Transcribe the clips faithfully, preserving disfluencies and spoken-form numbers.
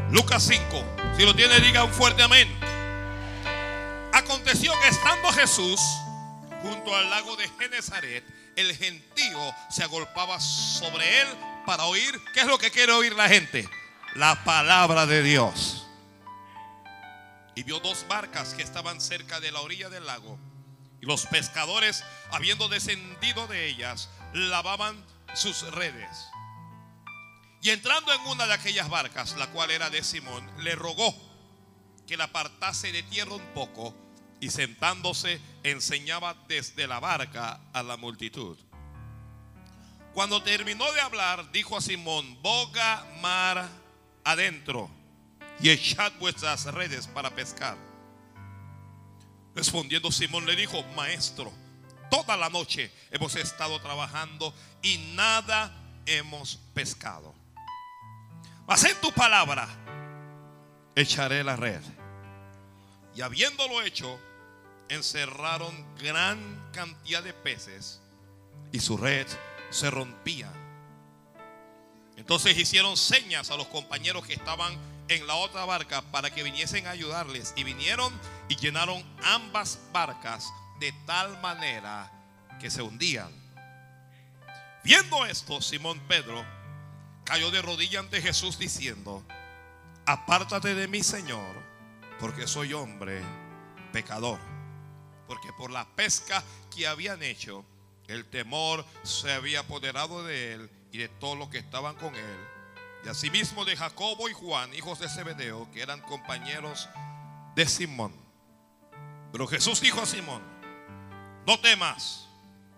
Lucas cinco. Si lo tiene, diga un fuerte amén. Aconteció que estando Jesús junto al lago de Genesaret, el gentío se agolpaba sobre él para oír. ¿Qué es lo que quiere oír la gente? La palabra de Dios. Y vio dos barcas que estaban cerca de la orilla del lago, y los pescadores, habiendo descendido de ellas, lavaban sus redes. Y entrando en una de aquellas barcas, la cual era de Simón, le rogó que la apartase de tierra un poco, y sentándose enseñaba desde la barca a la multitud. Cuando terminó de hablar, dijo a Simón: boga mar adentro y echad vuestras redes para pescar. Respondiendo Simón le dijo: Maestro, toda la noche hemos estado trabajando y nada hemos pescado, mas en tu palabra echaré la red. Y habiéndolo hecho, encerraron gran cantidad de peces, y su red se rompía. Entonces hicieron señas a los compañeros que estaban en la otra barca para que viniesen a ayudarles, y vinieron y llenaron ambas barcas de tal manera que se hundían. Viendo esto, Simón Pedro cayó de rodillas ante Jesús diciendo: apártate de mí, Señor, porque soy hombre pecador. Porque por la pesca que habían hecho, el temor se había apoderado de él y de todos los que estaban con él, y asimismo de Jacobo y Juan, hijos de Zebedeo, que eran compañeros de Simón. Pero Jesús dijo a Simón: no temas,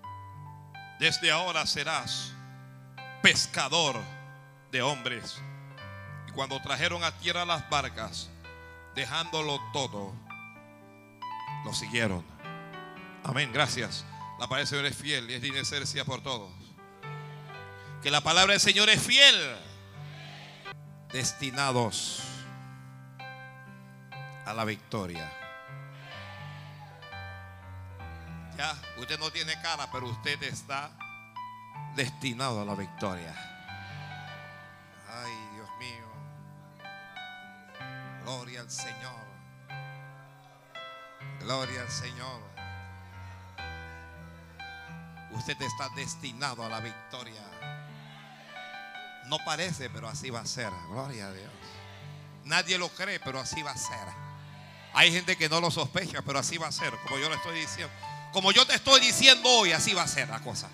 desde ahora serás pescador de hombres. Y cuando trajeron a tierra las barcas, dejándolo todo, lo siguieron. Amén, gracias. La palabra del Señor es fiel y es digna de ser decida por todos. Que la palabra del Señor es fiel. Destinados a la victoria. Ya, usted no tiene cara, pero usted está destinado a la victoria. Ay, Dios mío. Gloria al Señor. Gloria al Señor. Usted está destinado a la victoria. No parece, pero así va a ser. Gloria a Dios. Nadie lo cree, pero así va a ser. Hay gente que no lo sospecha, pero así va a ser. Como yo le estoy diciendo. Como yo te estoy diciendo hoy, así va a ser la cosa.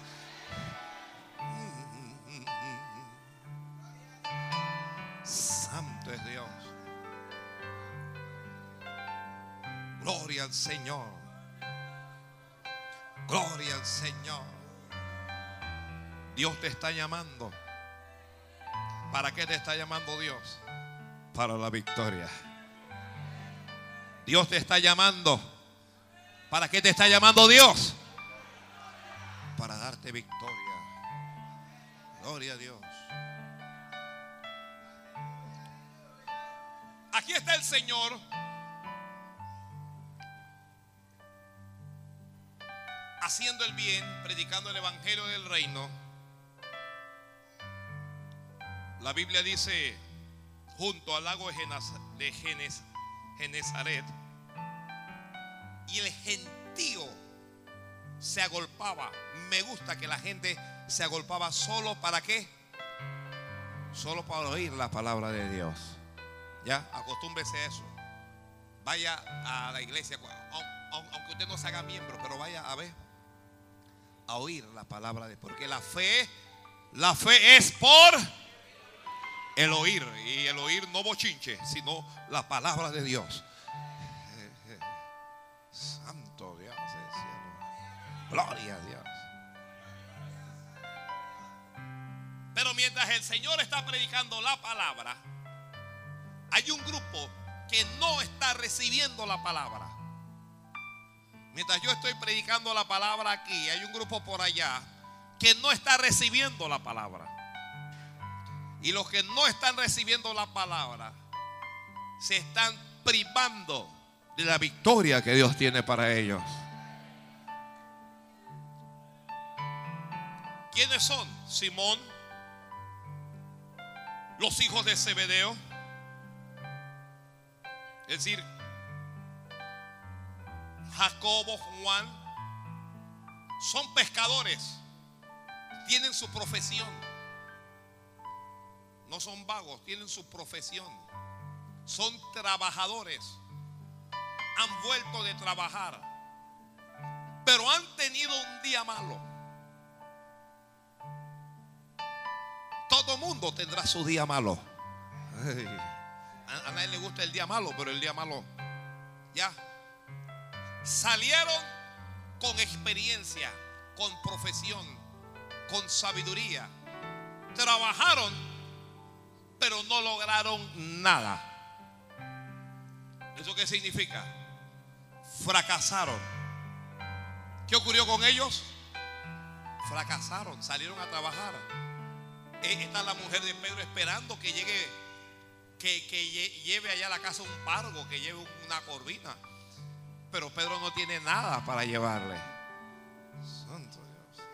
Santo es Dios. Gloria al Señor. Gloria al Señor. Dios te está llamando. ¿Para qué te está llamando Dios? Para la victoria. Dios te está llamando. ¿Para qué te está llamando Dios? Para darte victoria. Gloria a Dios. Aquí está el Señor haciendo el bien, predicando el evangelio del reino. La Biblia dice: junto al lago de Genesaret, y el gentío se agolpaba. Me gusta que la gente se agolpaba solo para qué? Solo para oír la palabra de Dios. Ya, acostúmbrese a eso. Vaya a la iglesia, aunque usted no se haga miembro, pero vaya a ver, a oír la palabra de Dios. Porque la fe, la fe es por el oír. Y el oír no bochinche, sino la palabra de Dios. Santo Dios del cielo. Gloria a Dios. Pero mientras el Señor está predicando la palabra, hay un grupo que no está recibiendo la palabra. Mientras yo estoy predicando la palabra aquí, hay un grupo por allá que no está recibiendo la palabra. Y los que no están recibiendo la palabra se están privando de la victoria que Dios tiene para ellos. ¿Quiénes son? Simón, los hijos de Zebedeo, Es decir, Jacobo, Juan, son pescadores, tienen su profesión. No son vagos, tienen su profesión. Son trabajadores, han vuelto de trabajar, pero han tenido un día malo. Todo mundo tendrá su día malo. Ay, a, a nadie le gusta el día malo, pero el día malo ya. Salieron con experiencia, con profesión, con sabiduría. Trabajaron, pero no lograron nada. ¿Eso qué significa? Fracasaron. ¿Qué ocurrió con ellos? Fracasaron, salieron a trabajar. Está la mujer de Pedro esperando que llegue, que, que lleve allá a la casa un pargo, que lleve una corvina. Pero Pedro no tiene nada para llevarle. Santo Dios.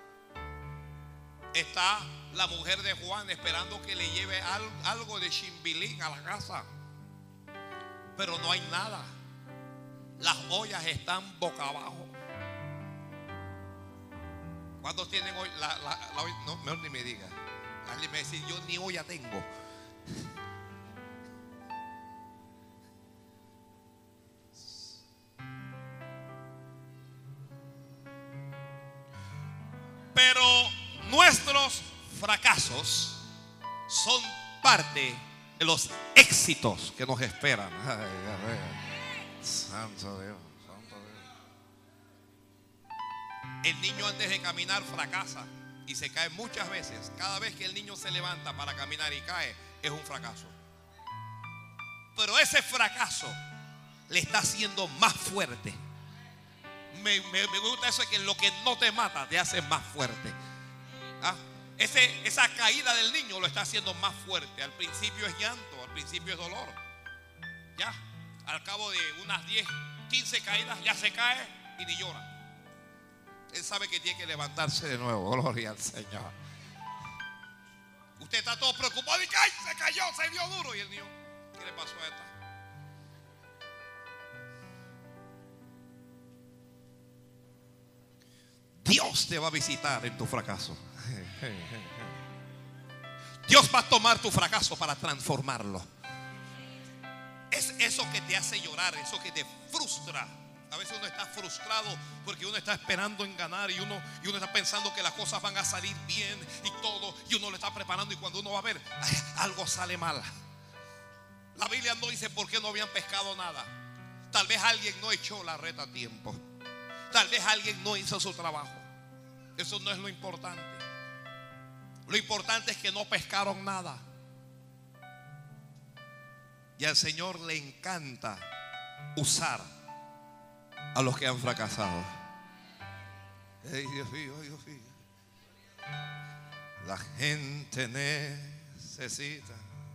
Está la mujer de Juan esperando que le lleve algo de chimbilín a la casa. Pero no hay nada. Las ollas están boca abajo. ¿Cuántos tienen hoy? La, la, la, no, mejor ni me diga. Alguien me dice, yo ni olla tengo. Pero nuestros fracasos son parte de los éxitos que nos esperan. Ay, ay, ay. Santo Dios, santo Dios. El niño antes de caminar fracasa y se cae muchas veces. Cada vez que el niño se levanta para caminar y cae, es un fracaso. Pero ese fracaso le está haciendo más fuerte. Me, me, me gusta eso de que lo que no te mata te hace más fuerte. ¿Ah? Ese, esa caída del niño lo está haciendo más fuerte. Al principio es llanto, al principio es dolor. Ya, al cabo de unas diez, quince caídas ya se cae y ni llora. Él sabe que tiene que levantarse de nuevo. Gloria al Señor. Usted está todo preocupado y ¡ay! Se cayó, se dio duro. Y el niño, ¿qué le pasó a esta? Dios te va a visitar en tu fracaso. Dios va a tomar tu fracaso para transformarlo. Es eso que te hace llorar, eso que te frustra. A veces uno está frustrado porque uno está esperando en ganar y uno, y uno está pensando que las cosas van a salir bien y todo, y uno lo está preparando, y cuando uno va a ver, ay, algo sale mal. La Biblia no dice por qué no habían pescado nada. Tal vez alguien no echó la red a tiempo. Tal vez alguien no hizo su trabajo. Eso no es lo importante. Lo importante es que no pescaron nada. Y al Señor le encanta usar a los que han fracasado. Hey, Dios mío, Dios mío. La gente necesita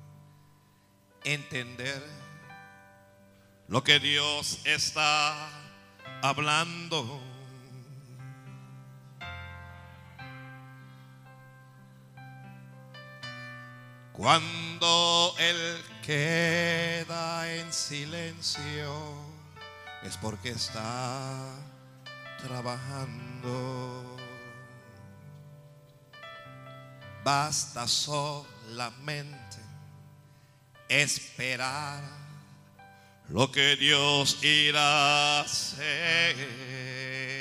entender lo que Dios está hablando. Cuando Él queda en silencio, es porque está trabajando. Basta solamente esperar lo que Dios irá a hacer.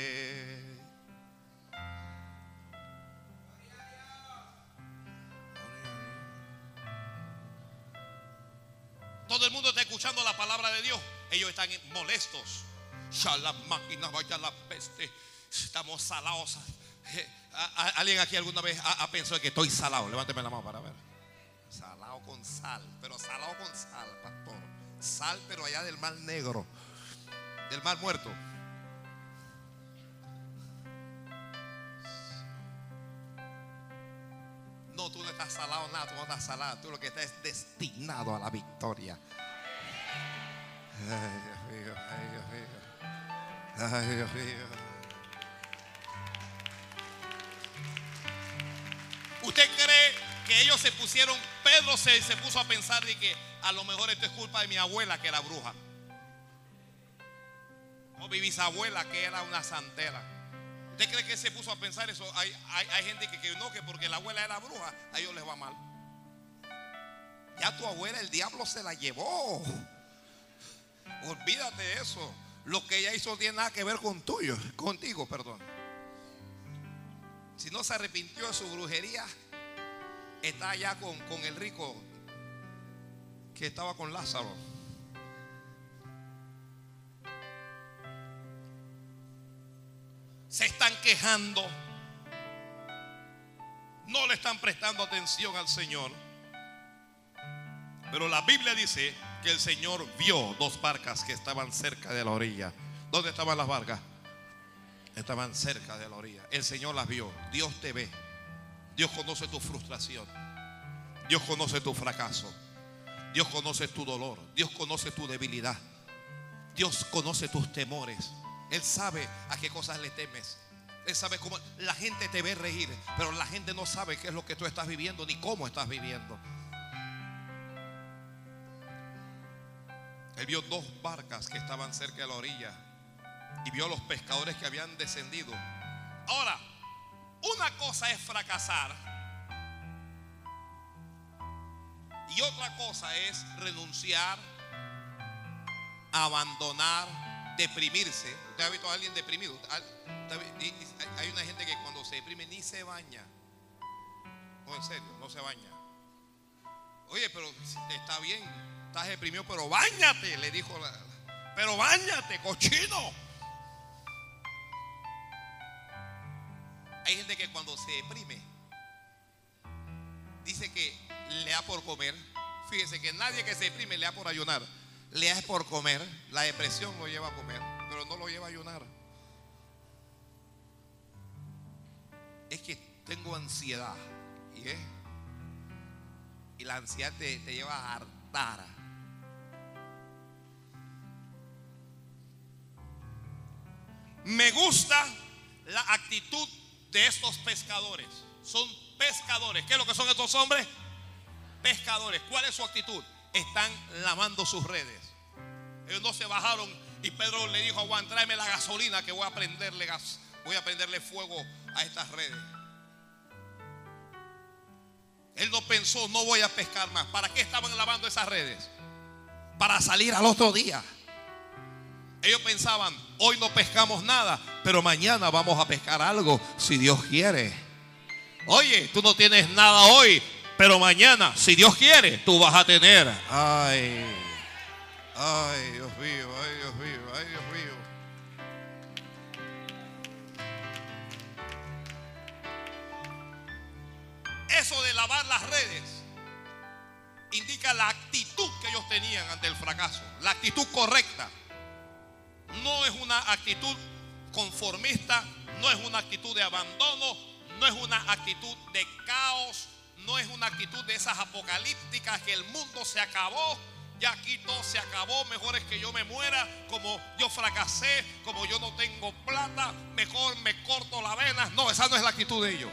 Todo el mundo está escuchando la palabra de Dios. Ellos están molestos. Ya la máquina, vaya la peste. Estamos salados. ¿Alguien aquí alguna vez ha, ha pensado que estoy salado? Levánteme la mano para ver. Salado con sal. Pero salado con sal, pastor. Sal, pero allá del mar negro, del mar muerto. No, tú no estás salado nada, tú no estás salado. Tú lo que estás es destinado a la victoria. Ay, Dios mío, ay, Dios mío. Ay, Dios mío. ¿Usted cree que ellos se pusieron, Pedro se, se puso a pensar de que a lo mejor esto es culpa de mi abuela que era bruja, o mi bisabuela que era una santera. ¿Usted cree que se puso a pensar eso? Hay, hay, hay gente que, que no, que porque la abuela era bruja, a ellos les va mal. Ya tu abuela el diablo se la llevó. Olvídate de eso. Lo que ella hizo no tiene nada que ver con tuyo, contigo, perdón. Si no se arrepintió de su brujería, está allá con, con el rico que estaba con Lázaro. Se están quejando, no le están prestando atención al Señor. Pero la Biblia dice que el Señor vio dos barcas que estaban cerca de la orilla. ¿Dónde estaban las barcas? Estaban cerca de la orilla. El Señor las vio. Dios te ve. Dios conoce tu frustración. Dios conoce tu fracaso. Dios conoce tu dolor. Dios conoce tu debilidad. Dios conoce tus temores. Él sabe a qué cosas le temes. Él sabe cómo la gente te ve reír, pero la gente no sabe qué es lo que tú estás viviendo ni cómo estás viviendo. Él vio dos barcas que estaban cerca de la orilla y vio a los pescadores que habían descendido. Ahora, una cosa es fracasar y otra cosa es renunciar, abandonar, deprimirse. ¿Usted ha visto a alguien deprimido? Hay una gente que cuando se deprime ni se baña. No, en serio, no se baña. Oye, pero está bien, estás deprimido, pero báñate, le dijo la, pero báñate, cochino. Hay gente que cuando se deprime dice que le da por comer. Fíjese que nadie que se deprime le da por ayunar. Le da por comer. La depresión lo lleva a comer, pero no lo lleva a ayunar. Es que tengo ansiedad. ¿Y qué? Y la ansiedad te, te lleva a hartar. Me gusta la actitud de estos pescadores. Son pescadores. ¿Qué es lo que son estos hombres? Pescadores. ¿Cuál es su actitud? Están lavando sus redes. Ellos no se bajaron y Pedro le dijo a Juan: tráeme la gasolina que voy a prenderle gas, voy a prenderle fuego a estas redes. Él no pensó: no voy a pescar más. ¿Para qué estaban lavando esas redes? Para salir al otro día. Ellos pensaban: hoy no pescamos nada, pero mañana vamos a pescar algo si Dios quiere. Oye, tú no tienes nada hoy, pero mañana, si Dios quiere, tú vas a tener. Ay, ay, Dios mío, ay, Dios mío, ay, Dios mío. Eso de lavar las redes indica la actitud que ellos tenían ante el fracaso. La actitud correcta. No es una actitud conformista, no es una actitud de abandono, no es una actitud de caos, no es una actitud de esas apocalípticas que el mundo se acabó, ya aquí todo se acabó, mejor es que yo me muera, como yo fracasé, como yo no tengo plata, mejor me corto la vena. No, esa no es la actitud de ellos.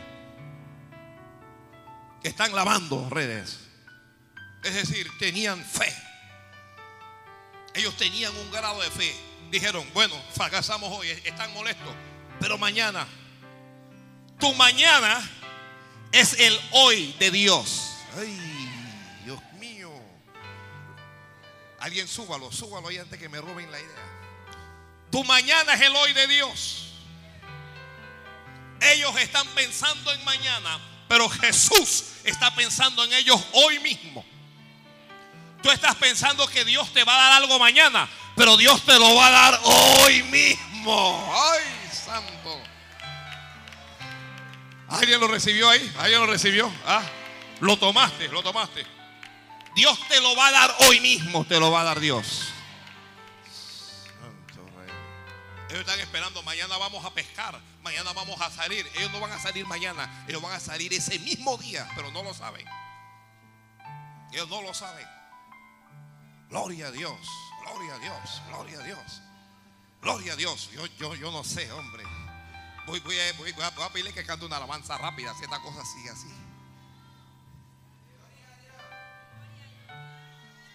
Que están lavando redes. Es decir, tenían fe. Ellos tenían un grado de fe. Dijeron: bueno, fracasamos hoy, están molestos, pero mañana, tu mañana es el hoy de Dios. Ay, Dios mío. Alguien súbalo, súbalo ahí antes que me roben la idea. Tu mañana es el hoy de Dios. Ellos están pensando en mañana, pero Jesús está pensando en ellos hoy mismo. Tú estás pensando que Dios te va a dar algo mañana, pero Dios te lo va a dar hoy mismo. Ay, santo. ¿Alguien lo recibió ahí? ¿Alguien lo recibió? ¿Ah? Lo tomaste, lo tomaste. Dios te lo va a dar hoy mismo, te lo va a dar Dios. Santo Rey. Ellos están esperando: mañana vamos a pescar, mañana vamos a salir. Ellos no van a salir mañana, ellos van a salir ese mismo día, pero no lo saben. Ellos no lo saben. Gloria a Dios, gloria a Dios, gloria a Dios, gloria a Dios. Yo, yo, yo no sé, hombre. Voy, voy, a, voy, voy a pedirle que cante una alabanza rápida, si esta cosa sigue así.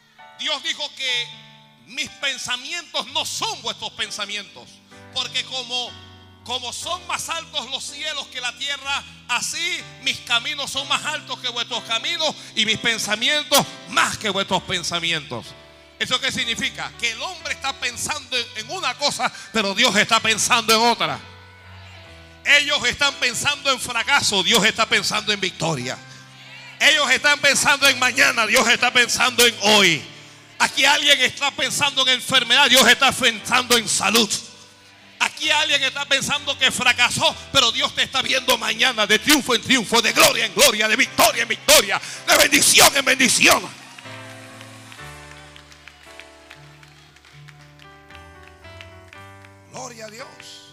Dios dijo que mis pensamientos no son vuestros pensamientos, porque como, como son más altos los cielos que la tierra, así mis caminos son más altos que vuestros caminos y mis pensamientos más que vuestros pensamientos. ¿Eso qué significa? Que el hombre está pensando en una cosa, pero Dios está pensando en otra. Ellos están pensando en fracaso, Dios está pensando en victoria. Ellos están pensando en mañana, Dios está pensando en hoy. Aquí alguien está pensando en enfermedad, Dios está pensando en salud. Aquí alguien está pensando que fracasó, pero Dios te está viendo mañana de triunfo en triunfo, de gloria en gloria, de victoria en victoria, de bendición en bendición. Gloria a Dios.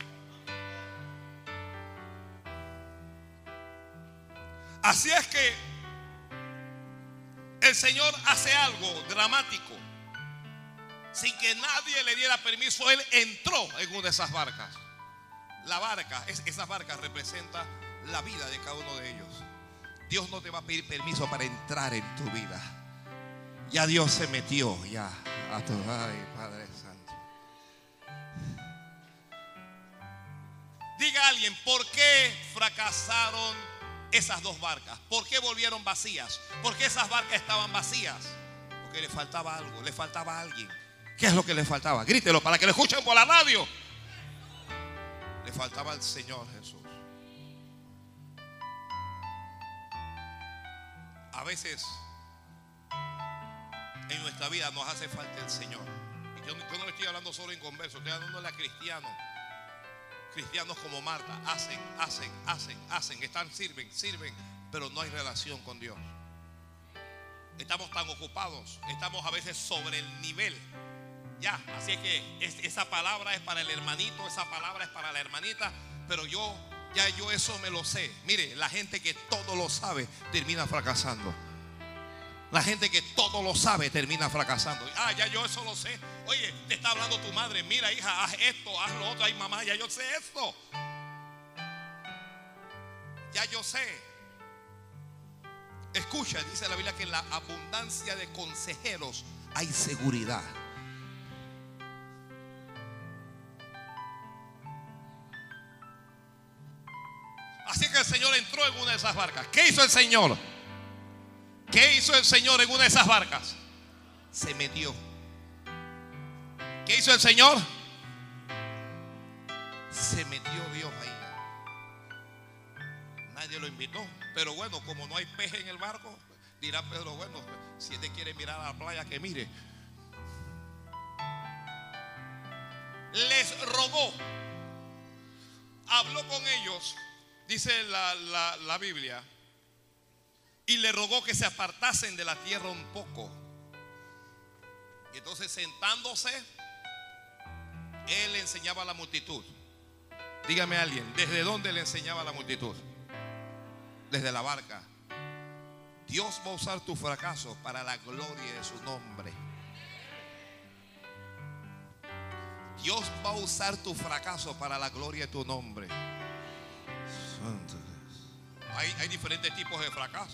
Así es que el Señor hace algo dramático. Sin que nadie le diera permiso, Él entró en una de esas barcas. La barca, es, esas barcas representan la vida de cada uno de ellos. Dios no te va a pedir permiso para entrar en tu vida. Ya Dios se metió ya a tu, ay, Padre Santo. Diga a alguien, ¿por qué fracasaron esas dos barcas? ¿Por qué volvieron vacías? ¿Por qué esas barcas estaban vacías? Porque le faltaba algo, le faltaba a alguien. ¿Qué es lo que le faltaba? Grítelo para que lo escuchen por la radio. Le faltaba al Señor Jesús. A veces en nuestra vida nos hace falta el Señor. Y yo, yo no le estoy hablando solo en converso, estoy hablándole a cristianos. Cristianos como Marta, hacen, hacen, hacen, hacen, están, sirven, sirven, pero no hay relación con Dios. Estamos tan ocupados, estamos a veces sobre el nivel. Ya, así es que es, esa palabra es para el hermanito, esa palabra es para la hermanita, pero yo, ya yo eso me lo sé. Mire, la gente que todo lo sabe termina fracasando. La gente que todo lo sabe termina fracasando. Ah, ya yo eso lo sé. Oye, te está hablando tu madre. Mira, hija, haz esto, haz lo otro. Ay, mamá, ya yo sé esto. Ya yo sé. Escucha, dice la Biblia que en la abundancia de consejeros hay seguridad. Así que el Señor entró en una de esas barcas. ¿Qué hizo el Señor? ¿Qué hizo el Señor en una de esas barcas? Se metió. ¿Qué hizo el Señor? Se metió Dios ahí. Nadie lo invitó. Pero bueno, como no hay pez en el barco, dirá Pedro, bueno, si él quiere mirar a la playa, que mire. Les rogó. Habló con ellos, dice la, la, la Biblia. Y le rogó que se apartasen de la tierra un poco. Y entonces sentándose, él enseñaba a la multitud. Dígame a alguien, ¿desde dónde le enseñaba a la multitud? Desde la barca. Dios va a usar tu fracaso para la gloria de su nombre. Dios va a usar tu fracaso para la gloria de tu nombre. Santo Dios. Hay, hay diferentes tipos de fracaso.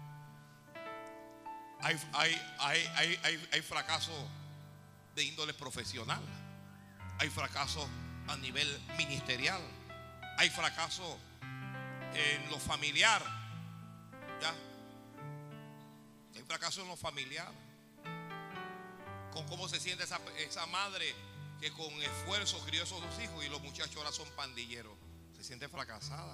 Hay, hay, hay, hay, hay, hay fracaso de índole profesional. Hay fracaso a nivel ministerial. Hay fracaso en lo familiar. ¿Ya? Hay fracaso en lo familiar. Con cómo se siente esa, esa madre que con esfuerzo crió a esos dos hijos y los muchachos ahora son pandilleros. Se siente fracasada.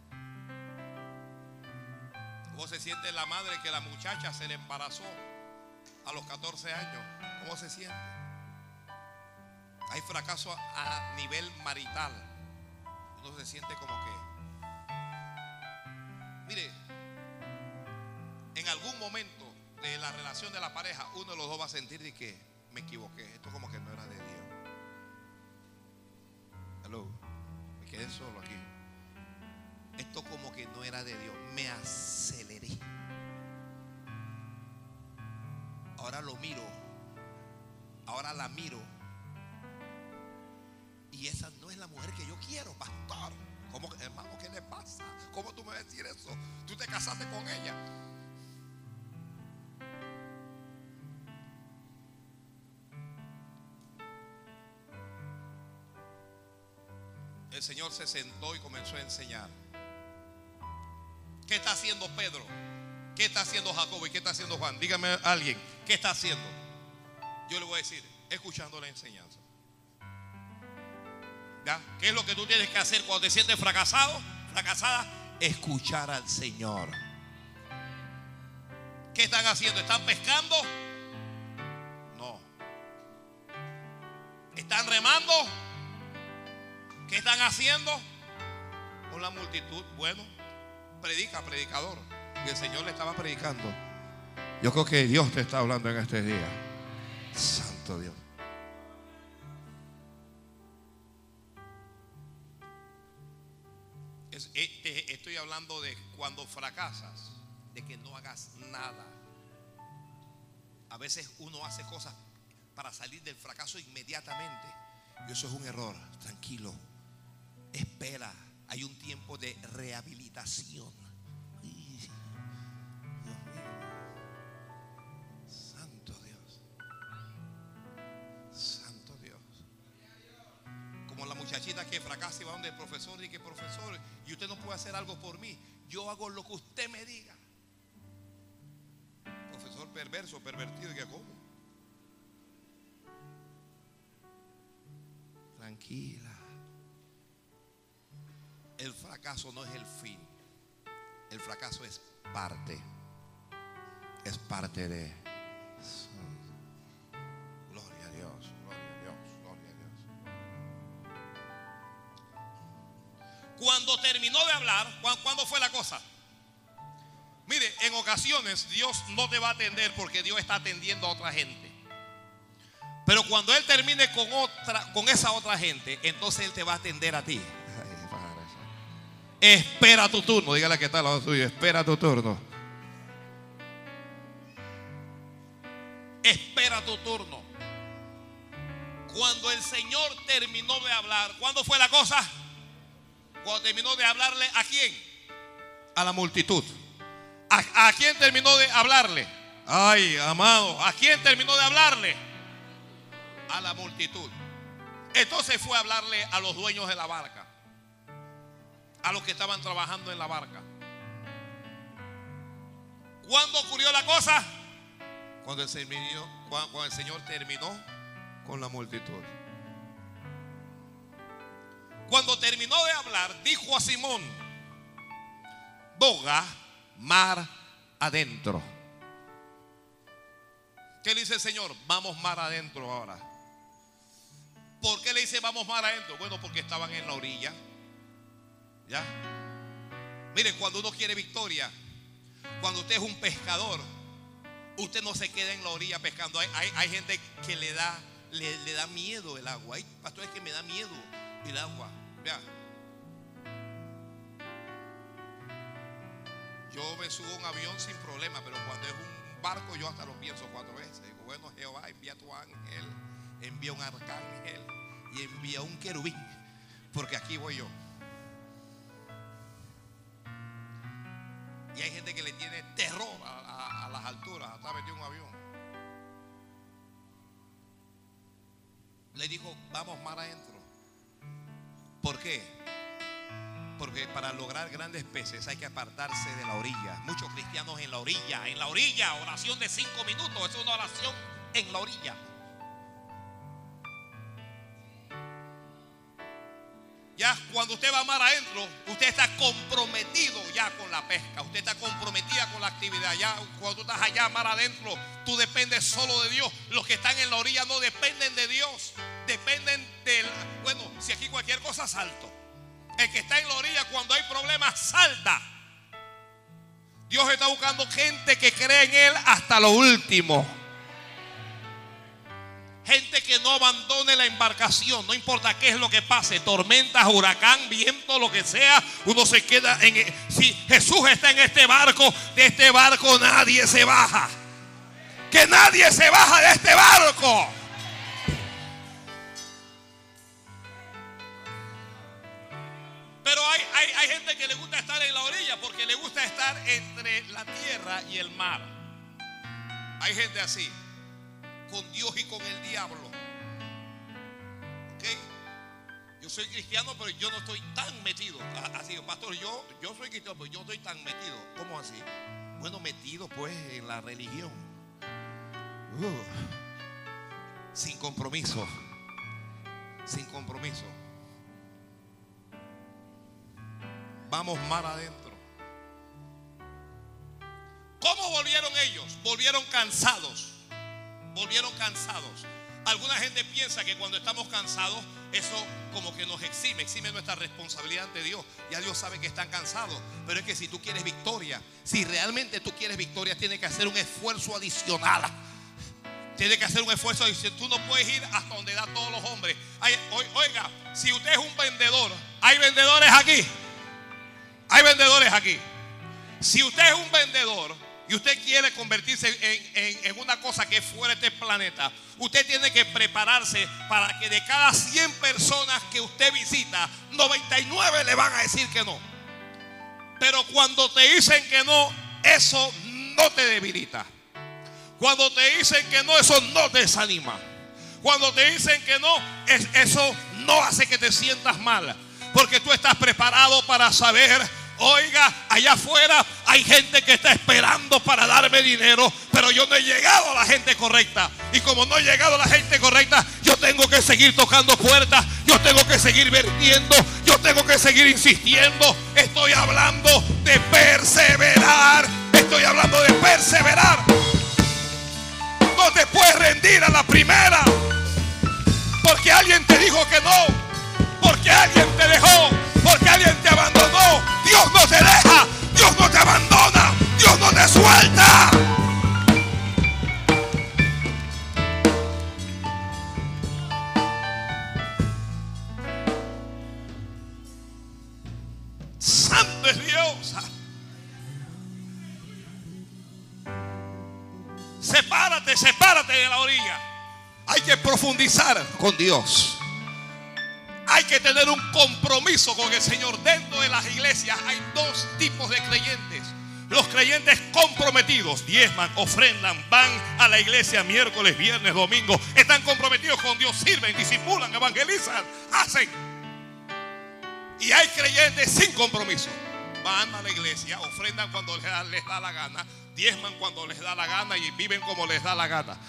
¿Cómo se siente la madre que la muchacha se le embarazó a los catorce años? ¿Cómo se siente? Hay fracaso a nivel marital. Uno se siente como que, mire, en algún momento de la relación de la pareja, uno de los dos va a sentir de que me equivoqué. Esto como que no era de Dios. Hello, me quedé solo aquí. Esto como que no era de Dios. Me aceleré. Ahora lo miro. Ahora la miro. Y esa no es la mujer que yo quiero, pastor. ¿Cómo, hermano, qué le pasa? ¿Cómo tú me vas a decir eso? Tú te casaste con ella. el Señor se sentó y comenzó a enseñar. ¿Qué está haciendo Pedro? ¿Qué está haciendo Jacobo? ¿Y qué está haciendo Juan? Dígame a alguien, ¿qué está haciendo? Yo le voy a decir, escuchando la enseñanza. ¿Ya? ¿Qué es lo que tú tienes que hacer cuando te sientes fracasado? Fracasada, escuchar al Señor. ¿Qué están haciendo? ¿Están pescando? No. ¿Están remando? ¿Qué están haciendo? Con la multitud. Bueno, predica, predicador. Y el Señor le estaba predicando. Yo creo que Dios te está hablando en este día. Santo Dios. Es, este, estoy hablando de cuando fracasas, de que no hagas nada. A veces uno hace cosas para salir del fracaso inmediatamente, y eso es un error. Tranquilo, espera, hay un tiempo de rehabilitación. Ay, Dios mío. Santo Dios, Santo Dios. Como la muchachita que fracasa y va donde el profesor y que profesor, y usted no puede hacer algo por mí, yo hago lo que usted me diga. Profesor perverso, pervertido, y que ¿cómo? Tranquila. El fracaso no es el fin. El fracaso es parte. Es parte de. Gloria a Dios, gloria a Dios, gloria a Dios. Cuando terminó de hablar, ¿cuándo fue la cosa? Mire, en ocasiones Dios no te va a atender porque Dios está atendiendo a otra gente. Pero cuando Él termine con otra, con esa otra gente, entonces Él te va a atender a ti. Espera tu turno. Dígale que está al lado suyo. Espera tu turno. Espera tu turno. Cuando el Señor terminó de hablar, ¿cuándo fue la cosa? Cuando terminó de hablarle, ¿a quién? A la multitud. ¿A, a quién terminó de hablarle? Ay, amado, ¿a quién terminó de hablarle? A la multitud. Entonces fue a hablarle a los dueños de la barca, a los que estaban trabajando en la barca. ¿Cuándo ocurrió la cosa? Cuando el Señor, cuando el Señor terminó con la multitud. Cuando terminó de hablar, dijo a Simón: boga mar adentro. ¿Qué le dice el Señor? Vamos mar adentro ahora. ¿Por qué le dice vamos mar adentro? Bueno, porque estaban en la orilla. ¿Ya? Miren, cuando uno quiere victoria, cuando usted es un pescador, usted no se queda en la orilla pescando. Hay, hay, hay gente que le da, le, le da miedo el agua. Hay pastores que me da miedo el agua. Vea, yo me subo a un avión sin problema, pero cuando es un barco yo hasta lo pienso cuatro veces. Digo, bueno, Jehová, envía tu ángel, envía un arcángel y envía un querubín, porque aquí voy yo. Y hay gente que le tiene terror a, a, a las alturas, hasta metido en un avión. Le dijo, vamos mar adentro. ¿Por qué? Porque para lograr grandes peces hay que apartarse de la orilla. Muchos cristianos en la orilla, en la orilla, oración de cinco minutos, es una oración en la orilla. Ya cuando usted va mar adentro, usted está comprometido ya con la pesca. Usted está comprometida con la actividad. Ya cuando tú estás allá mar adentro, tú dependes solo de Dios. Los que están en la orilla no dependen de Dios. Dependen del... Bueno, si aquí cualquier cosa, salto. El que está en la orilla, cuando hay problemas, salta. Dios está buscando gente que cree en Él hasta lo último. Gente que no abandone la embarcación, no importa qué es lo que pase, tormentas, huracán, viento, lo que sea, uno se queda en... Si Jesús está en este barco, de este barco nadie se baja. Que nadie se baja de este barco. Pero hay, hay, hay gente que le gusta estar en la orilla porque le gusta estar entre la tierra y el mar. Hay gente así, con Dios y con el diablo. ¿Ok? yo soy cristiano, pero yo no estoy tan metido. Así, pastor, yo, yo soy cristiano, pero yo no estoy tan metido. ¿Cómo así? Bueno, metido pues en la religión. Uh, sin compromiso. Sin compromiso. Vamos más adentro. ¿Cómo volvieron ellos? Volvieron cansados. Volvieron cansados. Alguna gente piensa que cuando estamos cansados, eso como que nos exime, exime nuestra responsabilidad ante Dios. Ya Dios sabe que están cansados. Pero es que si tú quieres victoria, si realmente tú quieres victoria, tienes que hacer un esfuerzo adicional. Tienes que hacer un esfuerzo adicional. Tú no puedes ir hasta donde dan todos los hombres. Oiga, si usted es un vendedor, hay vendedores aquí. Hay vendedores aquí. Si usted es un vendedor y usted quiere convertirse en, en, en una cosa que es fuera de este planeta, usted tiene que prepararse para que de cada cien personas que usted visita, noventa y nueve le van a decir que no. Pero cuando te dicen que no, eso no te debilita. Cuando te dicen que no, eso no te desanima. Cuando te dicen que no, es, eso no hace que te sientas mal. Porque tú estás preparado para saber, oiga, allá afuera hay gente que está esperando para darme dinero, pero yo no he llegado a la gente correcta. Y como no he llegado a la gente correcta, yo tengo que seguir tocando puertas, yo tengo que seguir vertiendo, yo tengo que seguir insistiendo. Estoy hablando de perseverar. Estoy hablando de perseverar. No te puedes rendir a la primera, porque alguien te dijo que no, porque alguien te dejó, porque alguien te abandonó. Dios no te deja, Dios no te abandona, Dios no te suelta. Santo es Dios. Sepárate, sepárate de la orilla. Hay que profundizar con Dios. Hay que tener un compromiso con el Señor. Dentro de las iglesias hay dos tipos de creyentes. Los creyentes comprometidos, diezman, ofrendan, van a la iglesia miércoles, viernes, domingo. Están comprometidos con Dios, sirven, disipulan, evangelizan, hacen. Y hay creyentes sin compromiso. Van a la iglesia, ofrendan cuando les da, les da la gana, diezman cuando les da la gana y viven como les da la gana.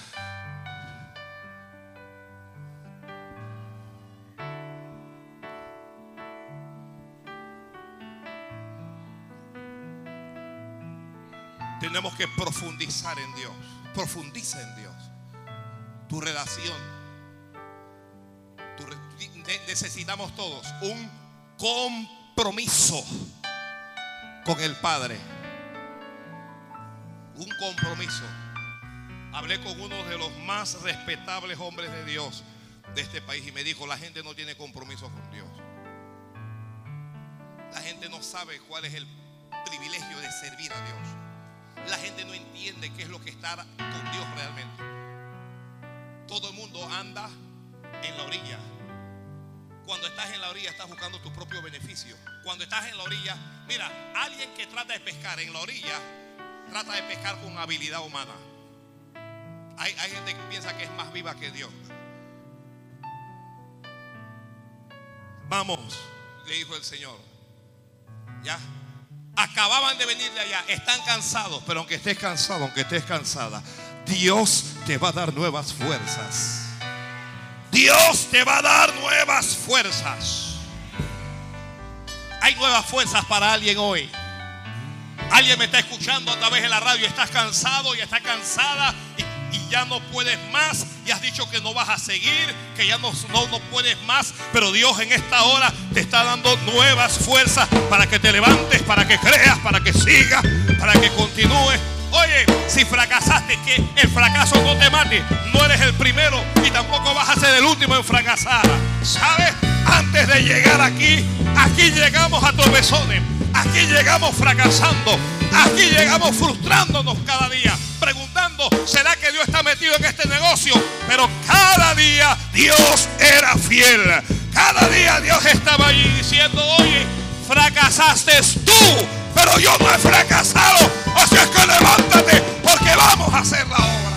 Tenemos que profundizar en Dios. Profundiza en Dios. Tu relación. Tu, necesitamos todos un compromiso con el Padre. Un compromiso. Hablé con uno de los más respetables hombres de Dios de este país y me dijo: la gente no tiene compromiso con Dios. La gente no sabe cuál es el privilegio de servir a Dios. La gente no entiende qué es lo que estar con Dios realmente. Todo el mundo anda en la orilla. Cuando estás en la orilla estás buscando tu propio beneficio. Cuando estás en la orilla, mira, alguien que trata de pescar en la orilla trata de pescar con habilidad humana. Hay, hay gente que piensa que es más viva que Dios. Vamos, le dijo el Señor. Ya. Acababan de venir de allá, están cansados, pero aunque estés cansado, aunque estés cansada, Dios te va a dar nuevas fuerzas. Dios te va a dar nuevas fuerzas. Hay nuevas fuerzas para alguien hoy. Alguien me está escuchando a través de la radio, estás cansado y estás cansada y, y ya no puedes más. Y has dicho que no vas a seguir, que ya no, no, no puedes más. Pero Dios en esta hora te está dando nuevas fuerzas para que te levantes, para que creas, para que sigas, para que continúes. Oye, si fracasaste, que el fracaso no te mate. No eres el primero y tampoco vas a ser el último en fracasar. ¿Sabes? Antes de llegar aquí, aquí llegamos a tropezones. Aquí llegamos fracasando. Aquí llegamos frustrándonos cada día, preguntando: ¿será que Dios está metido en este negocio? Pero cada día Dios era fiel. Cada día Dios estaba allí diciendo: oye, fracasaste tú, pero yo no he fracasado. Así es que levántate, porque vamos a hacer la obra.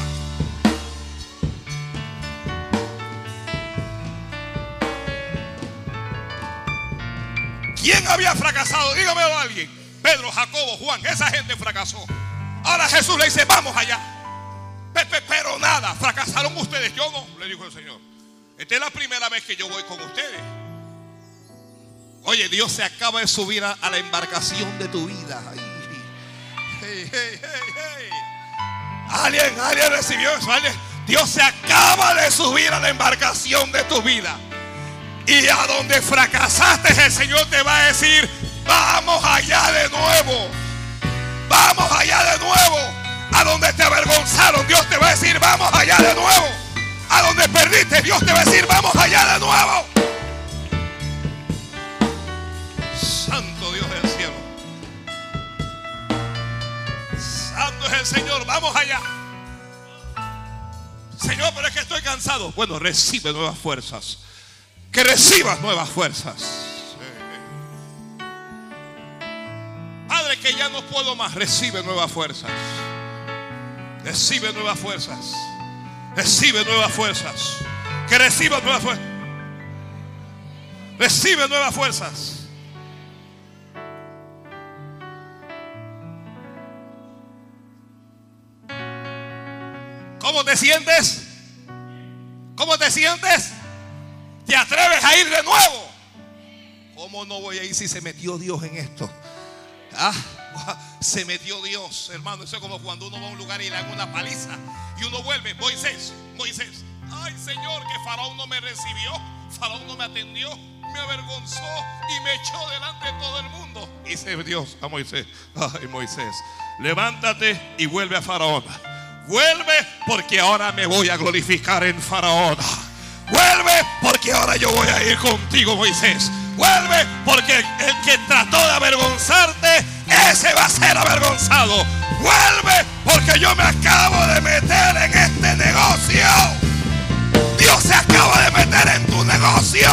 ¿Quién había fracasado? Dígamelo a alguien. Pedro, Jacobo, Juan, esa gente fracasó. Ahora Jesús le dice, vamos allá. Pero nada, fracasaron ustedes, yo no, le dijo el Señor. Esta es la primera vez que yo voy con ustedes. Oye, Dios se acaba de subir a, a la embarcación de tu vida. Hey, hey, hey, hey. Alguien, alguien recibió eso. ¿Alguien? Dios se acaba de subir a la embarcación de tu vida. Y a donde fracasaste, el Señor te va a decir, vamos allá de nuevo. Vamos allá de nuevo. A donde te avergonzaron, Dios te va a decir, vamos allá de nuevo. A donde perdiste, Dios te va a decir, vamos allá de nuevo. Santo Dios del cielo. Santo es el Señor, vamos allá. Señor, pero es que estoy cansado. Bueno, recibe nuevas fuerzas. Que recibas nuevas fuerzas. Padre, que ya no puedo más. Recibe nuevas fuerzas. Recibe nuevas fuerzas. Recibe nuevas fuerzas. Que recibas nuevas fuerzas. Recibe nuevas fuerzas. ¿Cómo te sientes? ¿Cómo te sientes? ¿Te atreves a ir de nuevo? ¿Cómo no voy a ir si se metió Dios en esto? Ah, se metió Dios, hermano. Eso es como cuando uno va a un lugar y le dan una paliza y uno vuelve. Moisés, Moisés, ay Señor, que Faraón no me recibió, Faraón no me atendió, me avergonzó y me echó delante de todo el mundo. Y dice Dios a Moisés, ay Moisés, levántate y vuelve a Faraón. Vuelve porque ahora me voy a glorificar en Faraón. Vuelve porque ahora yo voy a ir contigo, Moisés. Vuelve porque el que trató de avergonzarte, ese va a ser avergonzado. Vuelve porque yo me acabo de meter en este negocio. Dios se acaba de meter en tu negocio.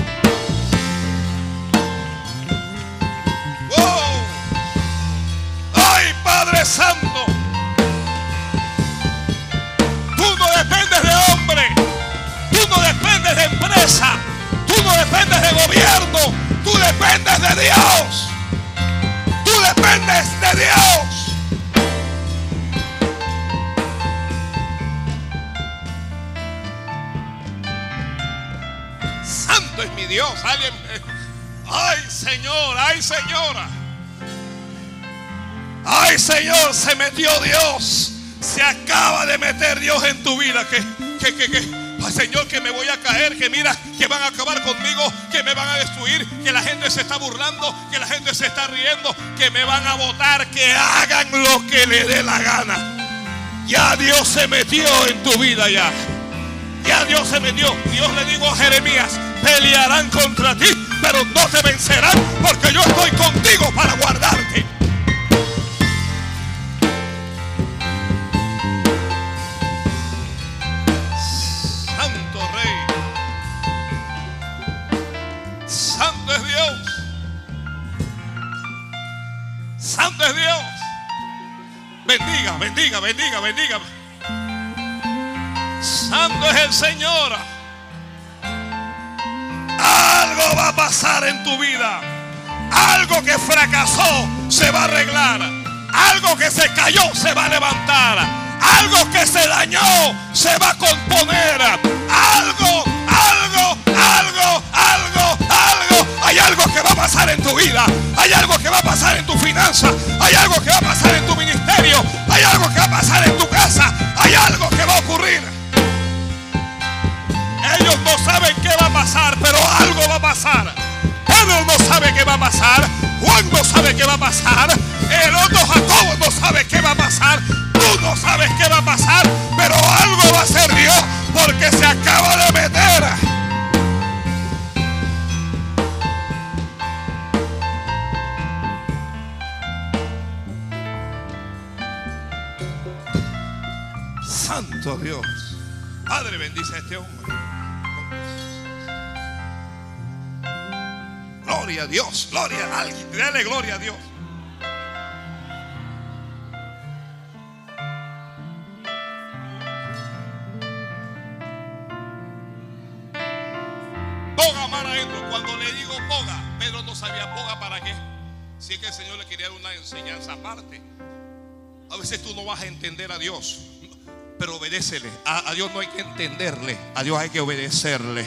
Wow. Ay, Padre Santo, tú no dependes de hombre, tú no dependes de empresa, tú no dependes de gobierno, tú dependes de Dios. Tú dependes de Dios. Santo es mi Dios. Alguien, ay Señor, ay Señora, ay Señor, se metió Dios. Se acaba de meter Dios en tu vida. Que, que, que, que ay, Señor, que me voy a caer, que mira, que van a acabar conmigo, que me van a destruir, que la gente se está burlando, que la gente se está riendo, que me van a botar, que hagan lo que le dé la gana. Ya Dios se metió en tu vida ya. Ya Dios se metió. Dios le dijo a Jeremías, pelearán contra ti, pero no te vencerán, porque yo estoy contigo para guardarte. Santo es Dios. Santo es Dios. Bendiga, bendiga, bendiga, bendiga. Santo es el Señor. Algo va a pasar en tu vida. Algo que fracasó se va a arreglar. Algo que se cayó se va a levantar. Algo que se dañó se va a componer. Algo, algo, algo, algo, algo. Hay algo que va a pasar en tu vida. Hay algo que va a pasar en tu finanza. Hay algo que va a pasar en tu ministerio. Hay algo que va a pasar en tu casa. Hay algo que va a ocurrir. Ellos no saben qué va a pasar, pero algo va a pasar. Pedro no sabe qué va a pasar. Juan no sabe qué va a pasar. El otro Jacobo no sabe qué va a pasar. Tú no sabes qué va a pasar, pero algo va a hacer Dios, porque se acaba de meter. Santo Dios. Padre, bendice a este hombre. Gloria a Dios, gloria a alguien. Dale gloria a Dios. Boga mar adentro. Cuando le digo boga, Pedro no sabía boga para qué. Si es que el Señor le quería dar una enseñanza aparte. A veces tú no vas a entender a Dios, pero obedécele. A, a Dios no hay que entenderle, a Dios hay que obedecerle.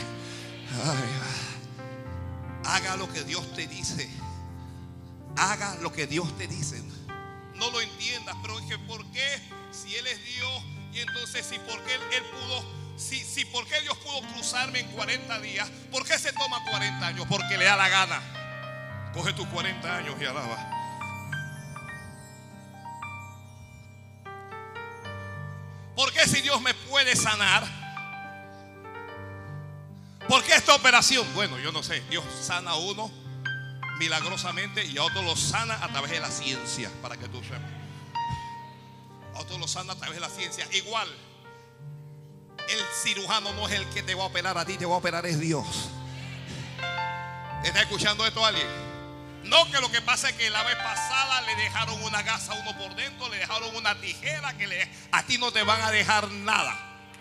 Ay, haga lo que Dios te dice. Haga lo que Dios te dice. No lo entiendas, pero es que ¿por qué? Si Él es Dios, y entonces si por qué Él, él pudo, si, si por qué Dios pudo cruzarme en cuarenta días, ¿por qué se toma cuarenta años? Porque le da la gana. Coge tus cuarenta años y alaba. ¿Por qué si Dios me puede sanar? ¿Por qué esta operación? Bueno, yo no sé. Dios sana a uno milagrosamente y a otro lo sana a través de la ciencia, para que tú sepas. A otro lo sana a través de la ciencia. Igual, el cirujano no es el que te va a operar a ti, te va a operar es Dios. ¿Está escuchando esto alguien? No, que lo que pasa es que la vez pasada le dejaron una gasa a uno por dentro, le dejaron una tijera que le, a ti no te van a dejar nada.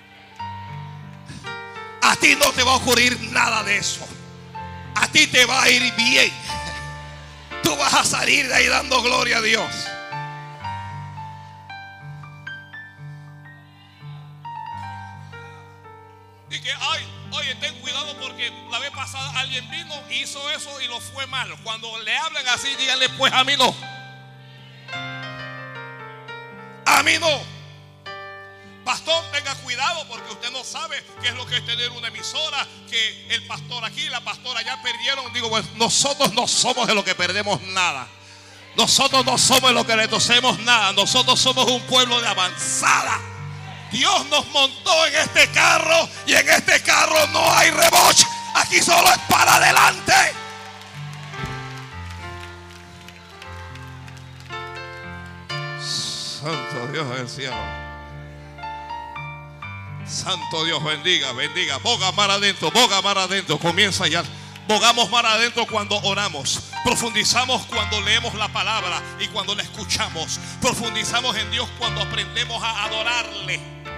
A ti no te va a ocurrir nada de eso. A ti te va a ir bien. Tú vas a salir de ahí dando gloria a Dios. Y que, ay, oye, ten cuidado porque la vez pasada alguien vino, hizo eso y lo fue mal. Cuando le hablen así, díganle, pues a mí no. A mí no. Pastor, tenga cuidado porque usted no sabe qué es lo que es tener una emisora, que el pastor aquí, la pastora allá perdieron. Digo, pues nosotros no somos de lo que perdemos nada. Nosotros no somos de lo que retrocedemos nada. Nosotros somos un pueblo de avanzada. Dios nos montó en este carro y en este carro no hay reboche. Aquí solo es para adelante. Santo Dios del cielo. Santo Dios, bendiga, bendiga. Boga mar adentro, boga mar adentro. Comienza ya. Bogamos mar adentro cuando oramos. Profundizamos cuando leemos la palabra y cuando la escuchamos. Profundizamos en Dios cuando aprendemos a adorarle.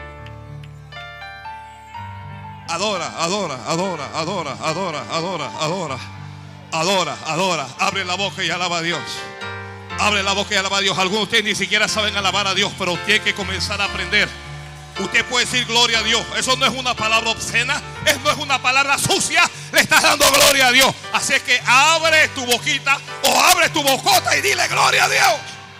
Adora, adora, adora, adora, adora, adora, adora. Adora, adora. Abre la boca y alaba a Dios. Abre la boca y alaba a Dios. Algunos de ustedes ni siquiera saben alabar a Dios, pero tienen que comenzar a aprender. Usted puede decir gloria a Dios. Eso no es una palabra obscena. Eso no es una palabra sucia. Le estás dando gloria a Dios. Así es que abre tu boquita o abre tu bocota y dile gloria a Dios.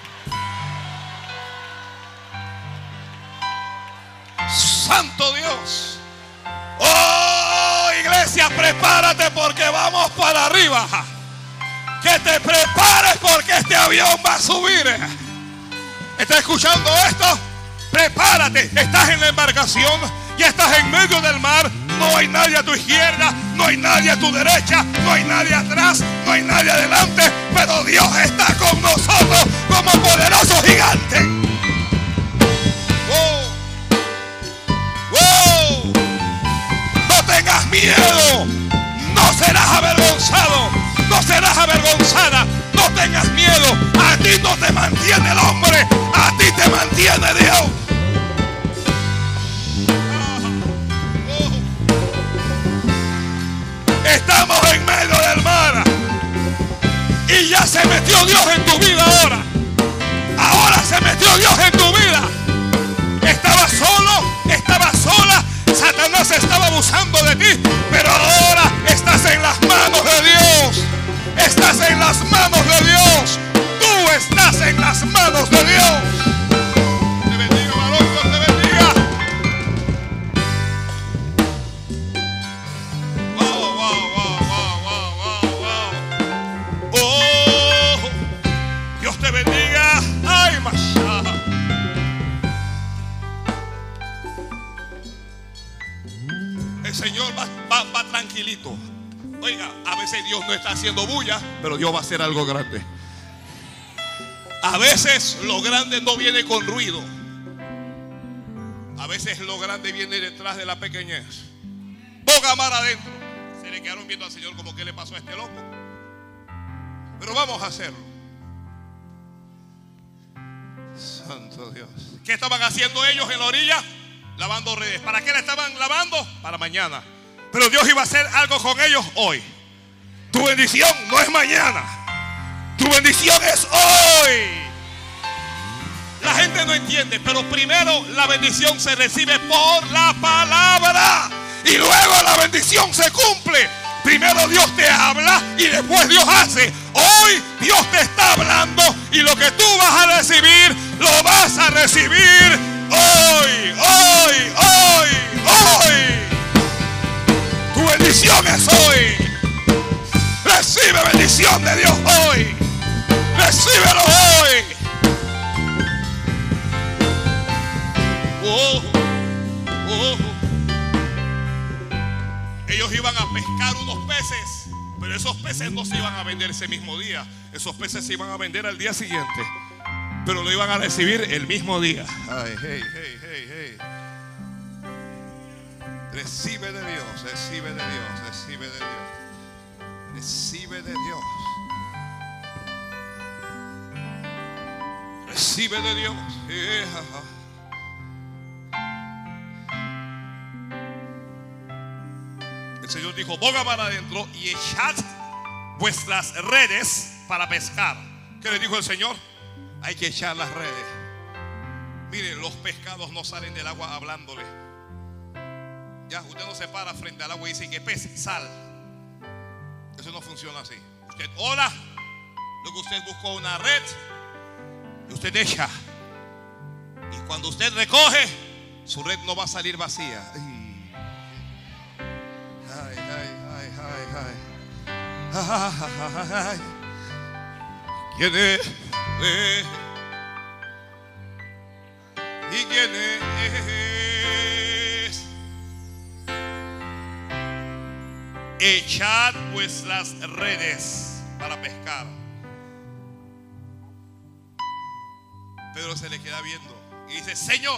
Santo Dios. Oh, iglesia, prepárate porque vamos para arriba. Que te prepares porque este avión va a subir. ¿Estás escuchando esto? Prepárate, estás en la embarcación y estás en medio del mar. No hay nadie a tu izquierda, no hay nadie a tu derecha, no hay nadie atrás, no hay nadie adelante, pero Dios está con nosotros como poderoso gigante. ¡Wow! ¡Wow! No tengas miedo, no serás avergonzado, no serás avergonzada, no tengas miedo. A ti no te mantiene el hombre, a ti te mantiene Dios. Estamos en medio del mar y ya se metió Dios en tu vida ahora. Ahora se metió Dios en tu vida. Estabas solo, estabas sola, Satanás estaba abusando de ti, pero ahora estás en las manos de Dios. Estás en las manos de Dios. Tú estás en las manos de Dios. Te bendiga, varón, Dios te bendiga. Wow, wow, wow, wow, wow, wow. Oh, Dios te bendiga. Ay, masha. El Señor va, va, va tranquilito. Oiga, a veces Dios no está haciendo bulla, pero Dios va a hacer algo grande. A veces lo grande no viene con ruido. A veces lo grande viene detrás de la pequeñez. Boga mar adentro. Se le quedaron viendo al Señor como que le pasó a este loco. Pero vamos a hacerlo. Santo Dios. ¿Qué estaban haciendo ellos en la orilla? Lavando redes. ¿Para qué la estaban lavando? Para mañana. Pero Dios iba a hacer algo con ellos hoy. Tu bendición no es mañana. Tu bendición es hoy. La gente no entiende, pero primero la bendición se recibe por la palabra y luego la bendición se cumple. Primero Dios te habla y después Dios hace. Hoy Dios te está hablando y lo que tú vas a recibir, lo vas a recibir hoy, hoy, hoy, hoy. Tu bendición es hoy. Recibe bendición de Dios hoy. Recíbelo hoy. Oh, oh. Ellos iban a pescar unos peces, pero esos peces no se iban a vender ese mismo día. Esos peces se iban a vender al día siguiente, pero lo iban a recibir el mismo día. Ay, hey, hey, hey, hey. Recibe de Dios, recibe de Dios, recibe de Dios. Recibe de Dios. Recibe de Dios. Yeah. El Señor dijo: boga para adentro y echad vuestras redes para pescar. ¿Qué le dijo el Señor? Hay que echar las redes. Miren, los pescados no salen del agua hablándole. Ya, usted no se para frente al agua y dice: que pez, sal. Eso no funciona así. Usted ora, luego usted busca una red y usted echa. Y cuando usted recoge, su red no va a salir vacía. Ay, ay, ay, ay, ay, ay. ¿Quién es? ¿Y quién es? Echad vuestras redes para pescar. Pedro se le queda viendo y dice: Señor,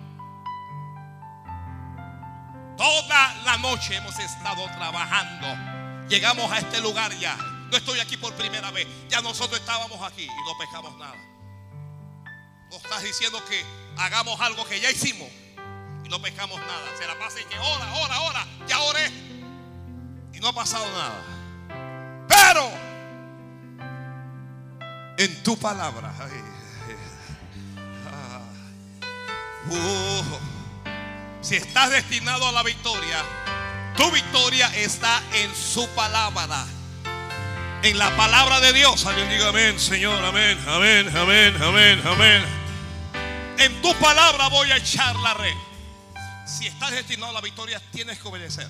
toda la noche hemos estado trabajando. Llegamos a este lugar ya. No estoy aquí por primera vez. Ya nosotros estábamos aquí y no pescamos nada. Nos estás diciendo que hagamos algo que ya hicimos y no pescamos nada. Se la pasa y que ora, ora, ora. Ya oré y no ha pasado nada. Pero en tu palabra, ay, uh, si estás destinado a la victoria, tu victoria está en su palabra, en la palabra de Dios. Alguien diga amén, Señor, amén, amén, amén, amén, amén. En tu palabra voy a echar la red. Si estás destinado a la victoria, tienes que obedecer.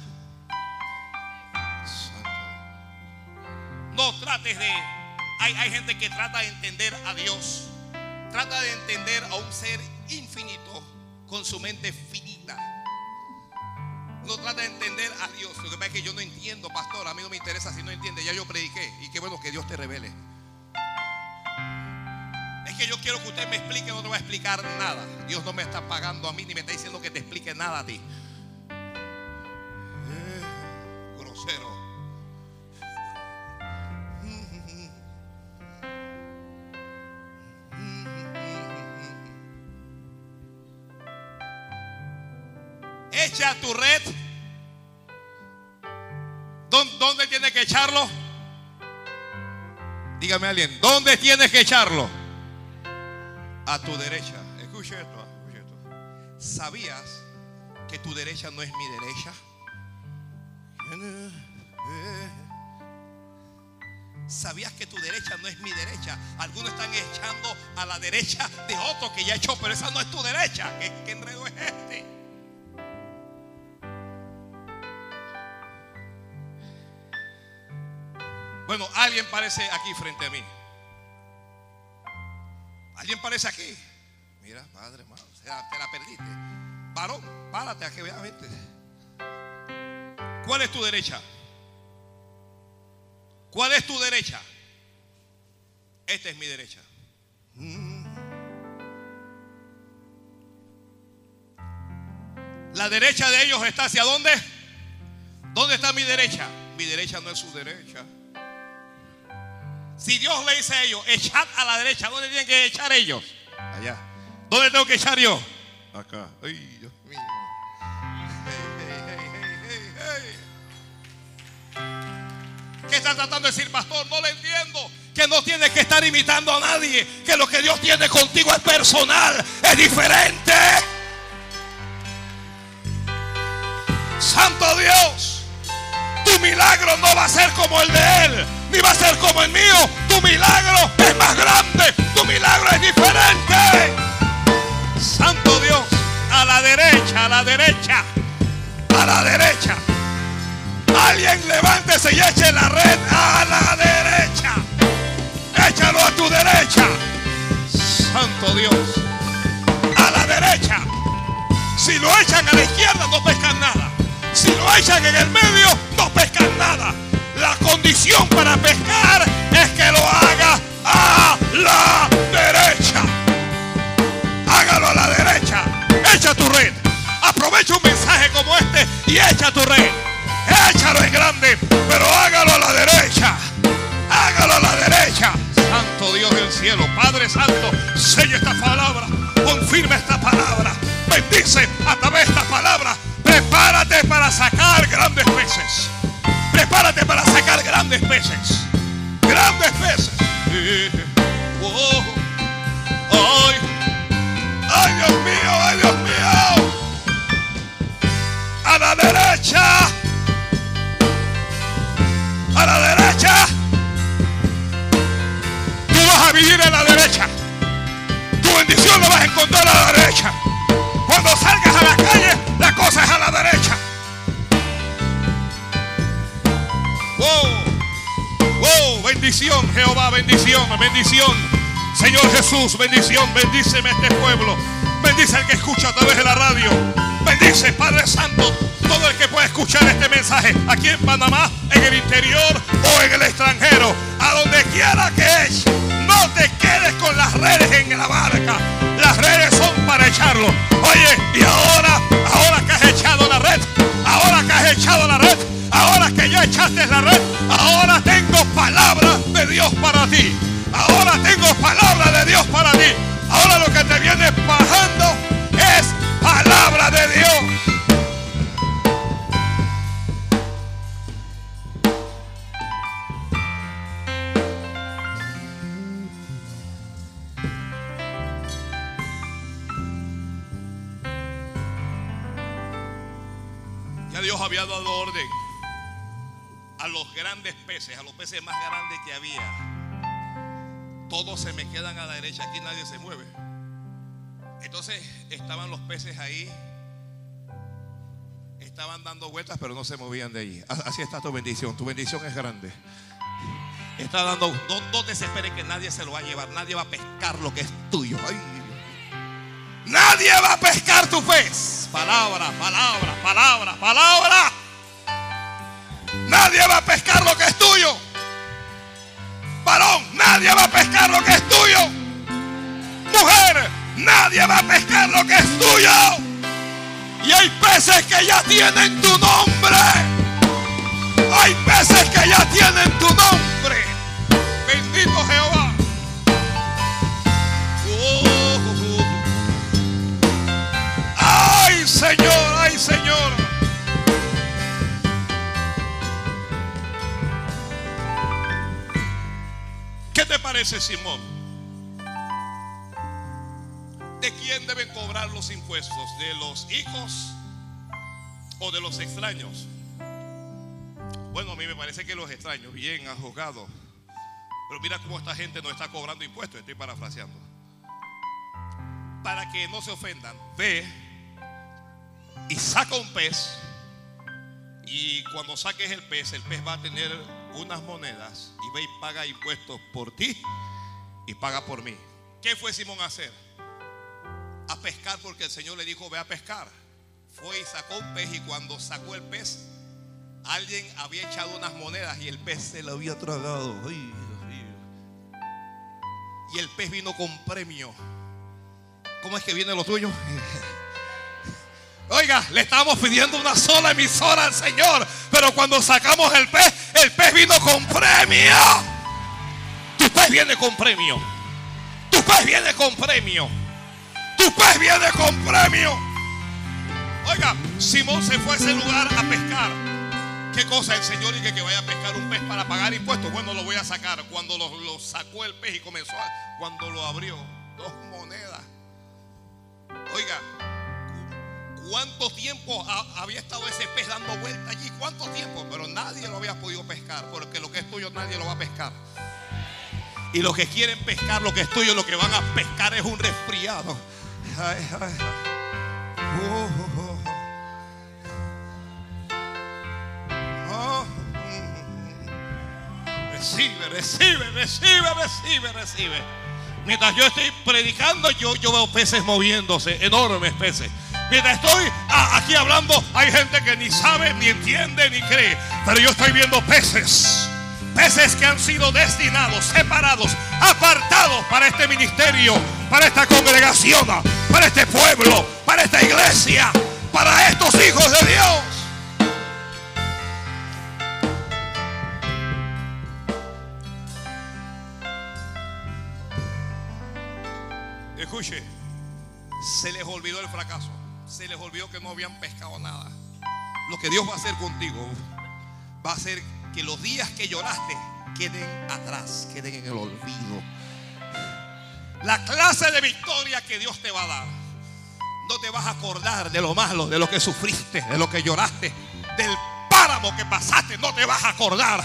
No trates de... Hay, hay gente que trata de entender a Dios. Trata de entender a un ser infinito con su mente finita. No trata de entender a Dios. Lo que pasa es que yo no entiendo, pastor. A mí no me interesa si no entiende. Ya yo prediqué. Y qué bueno que Dios te revele. Es que yo quiero que usted me explique. No te voy a explicar nada. Dios no me está pagando a mí ni me está diciendo que te explique nada a ti. eh, Grosero. Echa tu red. ¿Dónde tienes que echarlo? Dígame alguien, ¿dónde tienes que echarlo? A tu derecha. Escucha esto, escucha esto. ¿Sabías que tu derecha no es mi derecha? ¿Sabías que tu derecha no es mi derecha? Algunos están echando a la derecha de otro que ya echó, pero esa no es tu derecha. ¿Qué, qué enredo es este? Bueno, alguien parece aquí frente a mí. Alguien parece aquí. Mira, padre, hermano, te la, te la perdiste. Varón, párate a que veas, vente. ¿Cuál es tu derecha? ¿Cuál es tu derecha? Esta es mi derecha. Mm. La derecha de ellos está hacia dónde? ¿Dónde está mi derecha? Mi derecha no es su derecha. Si Dios le dice a ellos, echad a la derecha, ¿dónde tienen que echar ellos? Allá. ¿Dónde tengo que echar yo? Acá. Ay, Dios mío. Hey, hey, hey, hey, hey, hey. está tratando de decir, pastor, no le entiendo. Que no tienes que estar imitando a nadie. Que lo que Dios tiene contigo es personal, es diferente. Santo Dios, tu milagro no va a ser como el de Él, ni va a ser como el mío. Tu milagro es más grande, tu milagro es diferente. Santo Dios, a la derecha, a la derecha, a la derecha. Alguien levántese y eche la red a la derecha. Échalo a tu derecha. Santo Dios, a la derecha. Si lo echan a la izquierda no pescan nada. Si lo echan en el medio no pescan nada. La condición para pescar es que lo haga a la derecha. Hágalo a la derecha. Echa tu red. Aprovecha un mensaje como este y echa tu red. Échalo en grande, pero hágalo a la derecha. Hágalo a la derecha. Santo Dios del cielo, Padre Santo, sella esta palabra, confirma esta palabra, bendice a través de esta palabra. Prepárate para sacar grandes peces. Prepárate para sacar grandes peces. Grandes peces. Oh, ay, ay, Dios mío, ay, Dios mío. A la derecha. A la derecha. Tú vas a vivir a la derecha. Tu bendición la vas a encontrar a la derecha. Cuando salgas a la calle, la cosa es a la derecha. Wow, wow, bendición, Jehová, bendición, bendición. Señor Jesús, bendición, bendíceme este pueblo. Bendice al que escucha a través de la radio. Bendice, Padre Santo, todo el que pueda escuchar este mensaje aquí en Panamá, en el interior o en el extranjero, a donde quiera que es. No te quedes con las redes en la barca. Las redes son para echarlo. Oye, y ahora, ahora que has echado la red, ahora que has echado la red, ahora que ya echaste la red, ahora tengo palabra de Dios para ti. Ahora tengo palabra de Dios para ti. Ahora lo que te viene bajando es palabra de Dios. Ya Dios había dado orden a los grandes peces, a los peces más grandes que había. Todos se me quedan a la derecha, aquí nadie se mueve. Entonces estaban los peces ahí, estaban dando vueltas, pero no se movían de allí. Así está tu bendición, tu bendición es grande. Está dando, no, no desesperes que nadie se lo va a llevar, nadie va a pescar lo que es tuyo. Ay, nadie va a pescar tu pez. Palabra, palabra, palabra, palabra. Nadie va a pescar lo que es tuyo. Varón, nadie va a pescar lo que es tuyo. Mujer, nadie va a pescar lo que es tuyo. Y hay peces que ya tienen tu nombre. Hay peces que ya tienen tu nombre. Bendito Jehová. Oh, oh, oh. Ay, Señor, ay, Señor. ¿Qué te parece, Simón? ¿De quién deben cobrar los impuestos? ¿De los hijos o de los extraños? Bueno, a mí me parece que los extraños. Bien, has juzgado. Pero mira cómo esta gente no está cobrando impuestos. Estoy parafraseando. Para que no se ofendan, ve y saca un pez. Y cuando saques el pez, el pez va a tener unas monedas y ve y paga impuestos por ti y paga por mí. ¿Qué fue Simón a hacer? A pescar, porque el Señor le dijo ve a pescar. Fue y sacó un pez, y cuando sacó el pez, alguien había echado unas monedas y el pez se lo había tragado. Ay, Dios mío. Y el pez vino con premio. ¿Cómo es que viene lo tuyo? Oiga, le estamos pidiendo una sola emisora al Señor, pero cuando sacamos el pez, el pez vino con premio. Tu pez viene con premio. Tu pez viene con premio. Tu pez viene con premio. Oiga, Simón se fue a ese lugar a pescar. ¿Qué cosa el Señor dice que vaya a pescar un pez para pagar impuestos? Bueno, lo voy a sacar. Cuando lo, lo sacó el pez y comenzó a, cuando lo abrió, dos monedas. Oiga, ¿cuánto tiempo ha, había estado ese pez dando vuelta allí? ¿Cuánto tiempo? Pero nadie lo había podido pescar, porque lo que es tuyo nadie lo va a pescar. Y los que quieren pescar lo que es tuyo, lo que van a pescar es un resfriado. Ay, ay, ay. Uh, uh, uh. Oh. Recibe, recibe, recibe, recibe, recibe. Mientras yo estoy predicando, yo, yo veo peces moviéndose, enormes peces. Mientras estoy ah, aquí hablando, hay gente que ni sabe, ni entiende, ni cree. Pero yo estoy viendo peces. Peces que han sido destinados, separados, apartados para este ministerio, para esta congregación, para este pueblo, para esta iglesia, para estos hijos de Dios. Escuche, se les olvidó el fracaso, se les olvidó que no habían pescado nada. Lo que Dios va a hacer contigo va a ser que los días que lloraste queden atrás, queden en el olvido. La clase de victoria que Dios te va a dar, no te vas a acordar de lo malo, de lo que sufriste, de lo que lloraste, del páramo que pasaste, no te vas a acordar.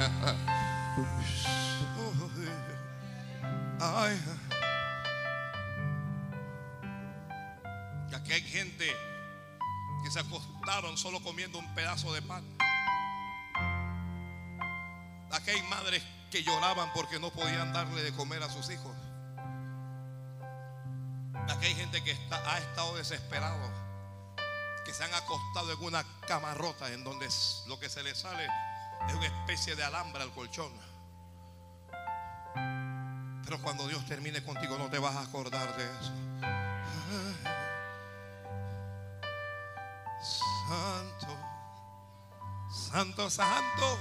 Ay. Aquí hay gente que se acostaron solo comiendo un pedazo de pan. Aquí hay madres que lloraban porque no podían darle de comer a sus hijos. Aquí hay gente que está, ha estado desesperado, que se han acostado en una cama rota en donde lo que se les sale es una especie de alambre al colchón. Pero cuando Dios termine contigo no te vas a acordar de eso. Santo, santo, santo.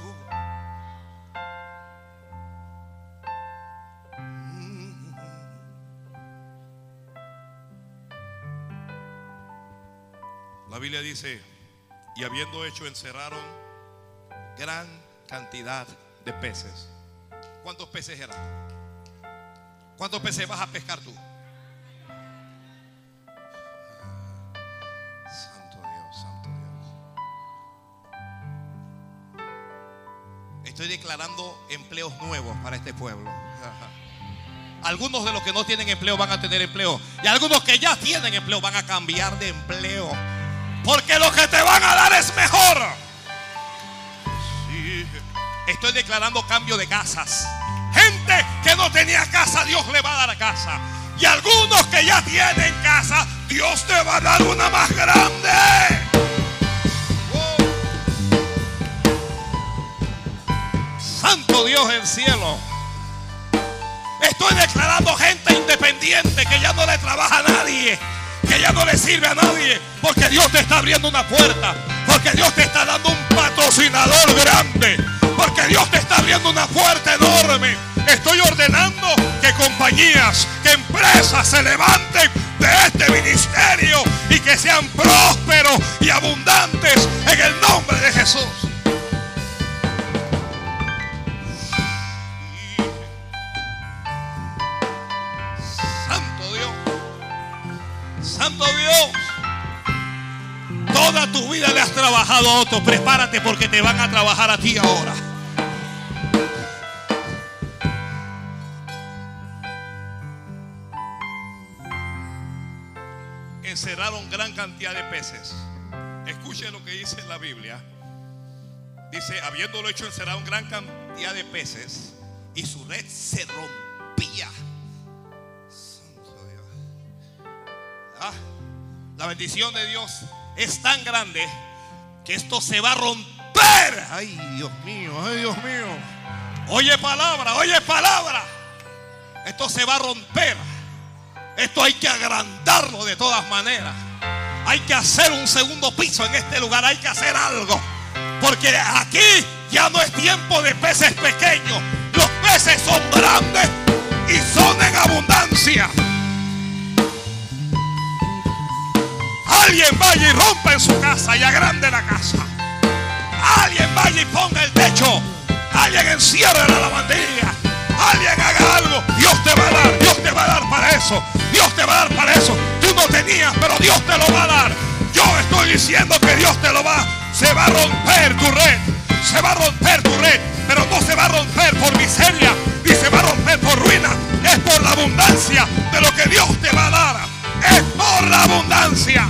La Biblia dice, y habiendo hecho encerraron gran cantidad de peces. ¿Cuántos peces eran? ¿Cuántos peces vas a pescar tú? Santo Dios, santo Dios. Estoy declarando empleos nuevos para este pueblo. Algunos de los que no tienen empleo van a tener empleo, y algunos que ya tienen empleo van a cambiar de empleo, porque lo que te van a dar es mejor. Sí. Estoy declarando cambio de casas. Gente que no tenía casa, Dios le va a dar casa. Y algunos que ya tienen casa, Dios te va a dar una más grande. Oh. Santo Dios del cielo. Estoy declarando gente independiente que ya no le trabaja a nadie, que ya no le sirve a nadie, porque Dios te está abriendo una puerta, porque Dios te está dando un patrocinador grande, porque Dios te está abriendo una puerta enorme. Estoy ordenando que compañías, que empresas se levanten de este ministerio y que sean prósperos y abundantes en el nombre de Jesús. Santo Dios, toda tu vida le has trabajado a otros. Prepárate porque te van a trabajar a ti ahora. Encerraron gran cantidad de peces. Escuche lo que dice la Biblia. Dice, habiéndolo hecho, encerraron gran cantidad de peces y su red se rompía. Ah, la bendición de Dios es tan grande que esto se va a romper. Ay, Dios mío, ay, Dios mío. Oye palabra, oye palabra. Esto se va a romper. Esto hay que agrandarlo de todas maneras. Hay que hacer un segundo piso en este lugar. Hay que hacer algo, porque aquí ya no es tiempo de peces pequeños. Los peces son grandes y son en abundancia. Alguien vaya y rompa en su casa y agrande la casa. Alguien Alguien cierre la lavandería. Alguien haga algo. Dios te va a dar. Dios te va a dar para eso. Dios te va a dar para eso. Tú no tenías, pero Dios te lo va a dar. Yo estoy diciendo que Dios te lo va. Se va a romper tu red. Se va a romper tu red. Pero no se va a romper por miseria, ni se va a romper por ruina. Es por la abundancia de lo que Dios te va a dar. Es por la abundancia.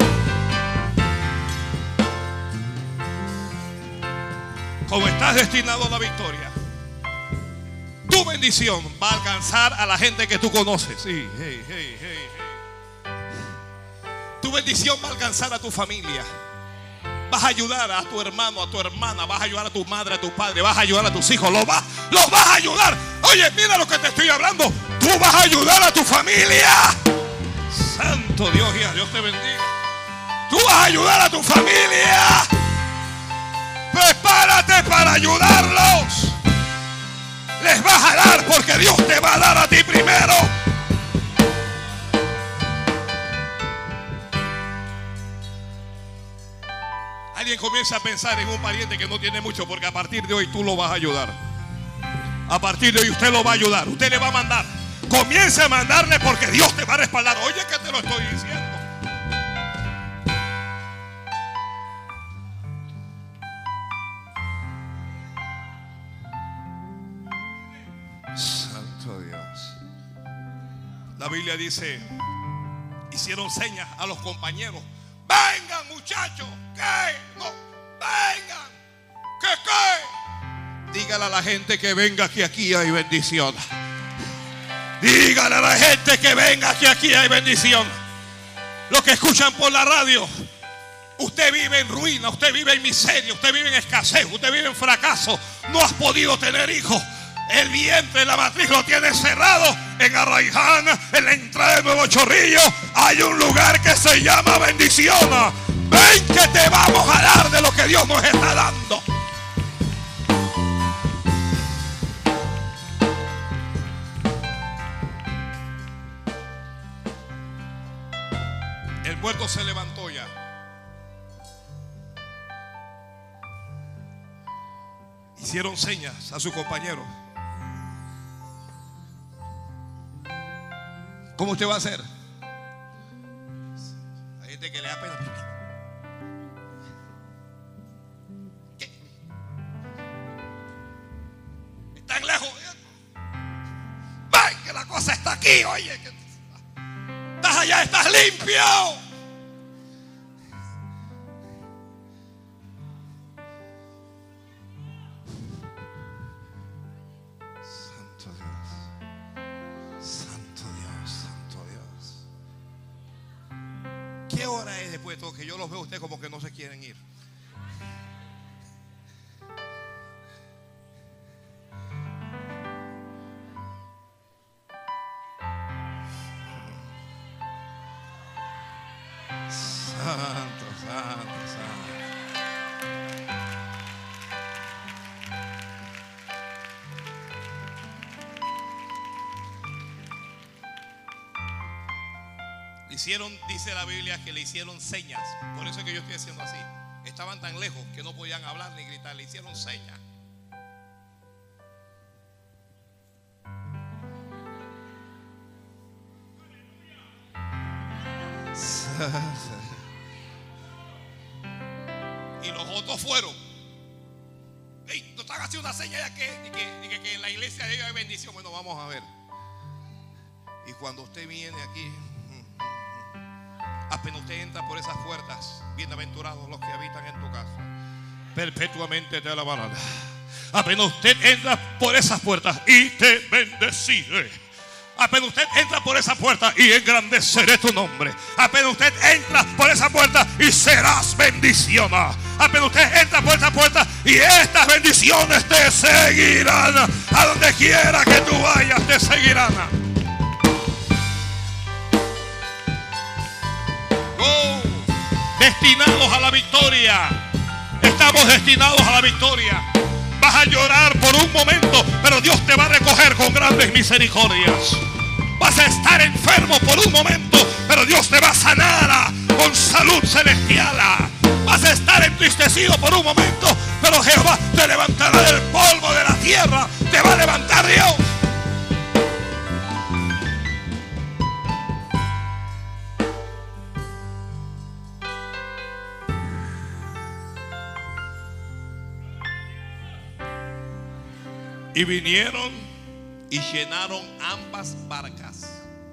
Como estás destinado a la victoria, tu bendición va a alcanzar a la gente que tú conoces. Sí, hey, hey, hey, hey. Tu bendición va a alcanzar a tu familia. Vas a ayudar a tu hermano, a tu hermana. Vas a ayudar a tu madre, a tu padre. Vas a ayudar a tus hijos. Los vas, los vas a ayudar. Oye, mira lo que te estoy hablando. Tú vas a ayudar a tu familia. Santo Dios, y a Dios te bendiga. Tú vas a ayudar a tu familia. Prepárate para ayudarlos. Les vas a dar porque Dios te va a dar a ti primero. Alguien comienza a pensar en un pariente que no tiene mucho, porque a partir de hoy tú lo vas a ayudar. A partir de hoy usted lo va a ayudar. Usted le va a mandar. Comience a mandarle porque Dios te va a respaldar. Oye, que te lo estoy diciendo. Santo Dios. La Biblia dice: hicieron señas a los compañeros. Vengan, muchachos, que no, vengan, que qué. Dígale a la gente que venga, que aquí hay bendición. Dígale a la gente que venga, que aquí hay bendición. Los que escuchan por la radio, usted vive en ruina, usted vive en miseria, usted vive en escasez, usted vive en fracaso. No has podido tener hijos. El vientre, la matriz lo tiene cerrado. En Arraiján, en la entrada de Nuevo Chorrillo, hay un lugar que se llama bendición. Ven que te vamos a dar de lo que Dios nos está dando. El muerto se levantó ya. Hicieron señas a su compañero. ¿Cómo usted va a hacer? Hay gente que le da pena. ¿Qué? ¿Están lejos? ¡Ven, que la cosa está aquí! Oye, que estás allá, estás limpio. ¿Qué hora es después de todo? Que yo los veo a ustedes como que no se quieren ir. Santo, santo, santo. Hicieron, dice la Biblia, que le hicieron señas. Por eso es que yo estoy haciendo así. Estaban tan lejos que no podían hablar ni gritar. Le hicieron señas. Y los otros fueron. Ey, no están haciendo una seña ya que, que, que, que en la iglesia de Dios hay bendición. Bueno, vamos a ver. Y cuando usted viene aquí, apenas usted entra por esas puertas, bienaventurados los que habitan en tu casa, perpetuamente te alabarán. Apenas usted entra por esas puertas y te bendeciré. Apenas usted entra por esa puerta y engrandeceré tu nombre. Apenas usted entra por esa puerta y serás bendición. Apenas usted entra por esa puerta y estas bendiciones te seguirán. A donde quiera que tú vayas te seguirán. Oh, destinados a la victoria. Estamos destinados a la victoria. Vas a llorar por un momento, pero Dios te va a recoger con grandes misericordias. Vas a estar enfermo por un momento, pero Dios te va a sanar con salud celestial. Vas a estar entristecido por un momento, pero Jehová te levantará del polvo de la tierra levantar Dios. Y vinieron y llenaron ambas barcas.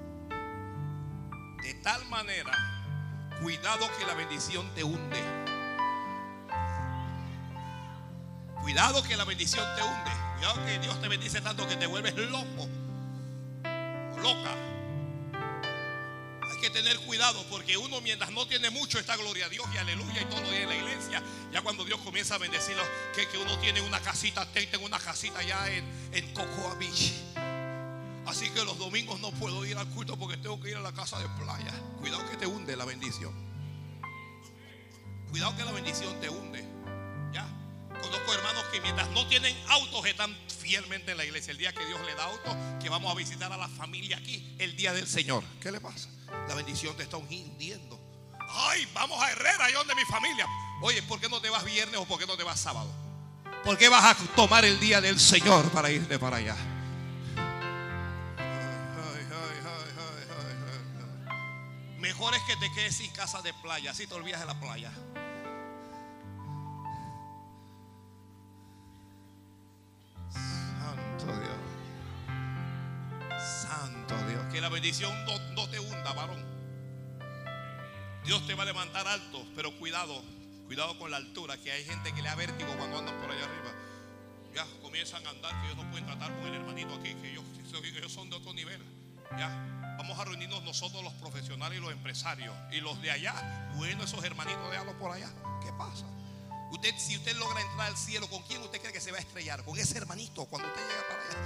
De tal manera, cuidado que la bendición te hunde. Cuidado que la bendición te hunde. Cuidado que Dios te bendice tanto que te vuelves loco o loca. Hay que tener cuidado porque uno mientras no tiene mucho está gloria a Dios y aleluya y todo lo de la iglesia. Ya cuando Dios comienza a bendecirlo, que, que uno tiene una casita, tengo una casita allá en, en Cocoa Beach. Así que los domingos no puedo ir al culto porque tengo que ir a la casa de playa. Cuidado que te hunde la bendición. Cuidado que la bendición te hunde. Ya. Conozco hermanos que mientras no tienen autos están fielmente en la iglesia. El día que Dios le da autos, que vamos a visitar a la familia aquí, el día del Señor. ¿Qué le pasa? La bendición te está hundiendo. Ay, vamos a Herrera, ahí donde mi familia. Oye, ¿por qué no te vas viernes o por qué no te vas sábado? ¿Por qué vas a tomar el día del Señor para irte para allá? Ay, ay, ay, ay, ay, ay. Mejor es que te quedes sin casa de playa, así te olvidas de la playa. Santo Dios. Santo Dios. Que la bendición no, no te hunda, varón. Dios te va a levantar alto, pero cuidado, cuidado con la altura, que hay gente que le da vértigo cuando andan por allá arriba. Ya comienzan a andar, que ellos no pueden tratar con el hermanito aquí, que ellos, ellos son de otro nivel. Ya, vamos a reunirnos nosotros los profesionales y los empresarios. Y los de allá, bueno, esos hermanitos de allá por allá. ¿Qué pasa? Usted, si usted logra entrar al cielo, ¿con quién usted cree que se va a estrellar? Con ese hermanito cuando usted llega para allá.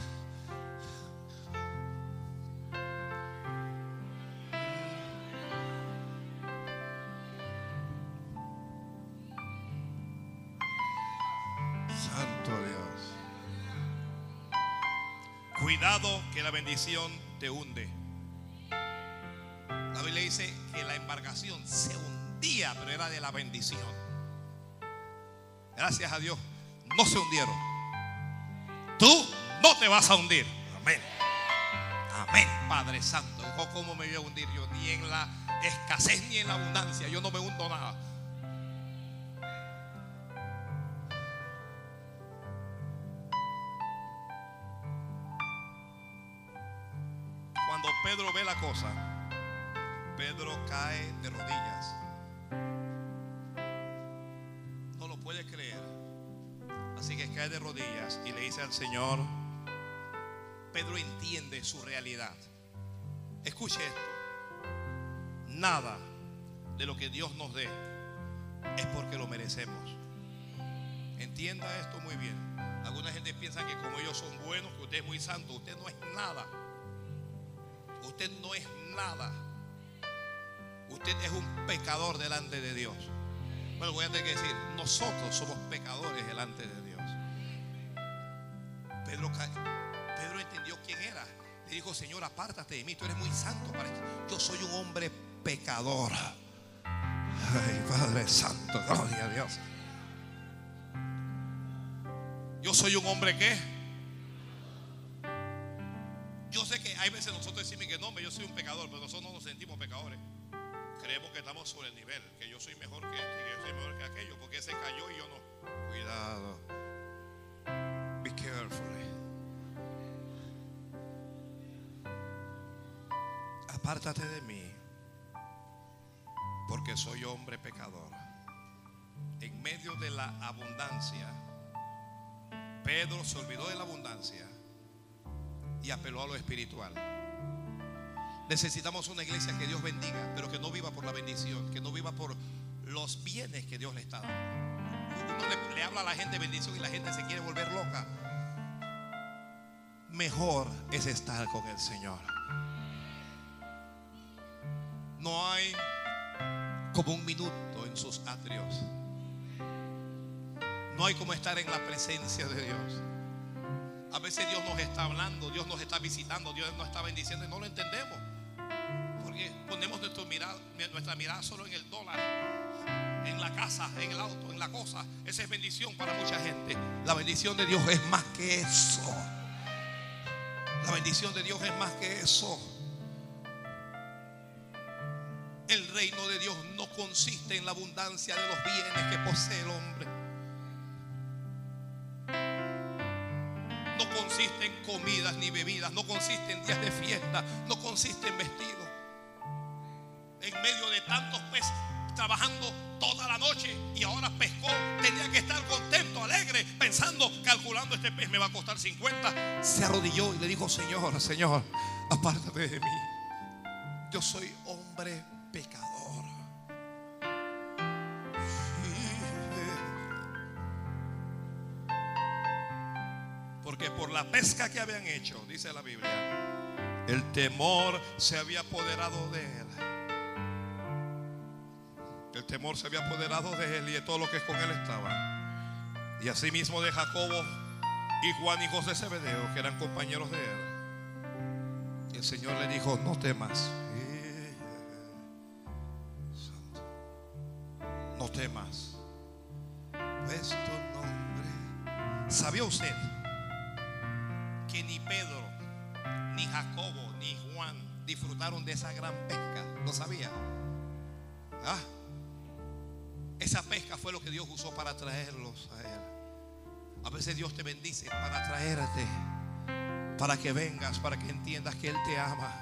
Santo Dios. Cuidado que la bendición te hunde. La Biblia dice que la embarcación se hundía, pero era de la bendición. Gracias a Dios, no se hundieron. Tú no te vas a hundir. Amén. Amén. Padre Santo, ¿cómo me voy a hundir yo? Ni en la escasez ni en la abundancia. Yo no me hundo nada. Cuando Pedro ve la cosa, Pedro cae de rodillas. No lo puede creer. Así que cae de rodillas y le dice al Señor. Pedro entiende su realidad. Escuche esto. Nada de lo que Dios nos dé es porque lo merecemos. Entienda esto muy bien. Alguna gente piensa que como ellos son buenos, que usted es muy santo. Usted no es nada. Usted no es nada. Usted es un pecador delante de Dios. Bueno, voy a tener que decir, nosotros somos pecadores delante de Dios. Pedro, Pedro entendió quién era. Le dijo, Señor, apártate de mí, tú eres muy santo para esto. Yo soy un hombre pecador. Ay, Padre Santo, gloria a Dios. Yo soy un hombre ¿qué? Yo sé que hay veces nosotros decimos que no, yo soy un pecador, pero nosotros no nos sentimos pecadores. Creemos que estamos sobre el nivel, que yo soy mejor que este, que yo soy mejor que aquello, porque ese cayó y yo no. Cuidado. Be careful. Apártate de mí, porque soy hombre pecador. En medio de la abundancia, Pedro se olvidó de la abundancia y apeló a lo espiritual. Necesitamos una iglesia que Dios bendiga, pero que no viva por la bendición, que no viva por los bienes que Dios le está dando. Uno le, le habla a la gente bendición y la gente se quiere volver loca. Mejor es estar con el Señor. No hay como un minuto en sus atrios. No hay como estar en la presencia de Dios. A veces Dios nos está hablando, Dios nos está visitando, Dios nos está bendiciendo y no lo entendemos. Porque ponemos nuestro mirada, nuestra mirada solo en el dólar, en la casa, en el auto, en la cosa. Esa es bendición para mucha gente. La bendición de Dios es más que eso. La bendición de Dios es más que eso. El reino de Dios no consiste en la abundancia de los bienes que posee el hombre. No consiste en comidas ni bebidas. No consiste en días de fiesta. No consiste en vestidos. En medio de tantos peces, trabajando toda la noche, y ahora pescó, tenía que estar contento, alegre, pensando, calculando: este pez me va a costar cincuenta. Se arrodilló y le dijo: Señor, Señor, apártate de mí, yo soy hombre pecador. Porque por la pesca que habían hecho, dice la Biblia, el temor se había apoderado de él. El temor se había apoderado de él y de todo lo que con él estaba. Y asimismo de Jacobo y Juan, hijos de Zebedeo, que eran compañeros de él. Y el Señor le dijo: no temas. No temas, pues tu nombre. ¿Sabía usted que ni Pedro, ni Jacobo, ni Juan disfrutaron de esa gran pesca? ¿Lo sabía? ¿Ah? Esa pesca fue lo que Dios usó para traerlos a Él. A veces Dios te bendice para traerte, para que vengas, para que entiendas que Él te ama,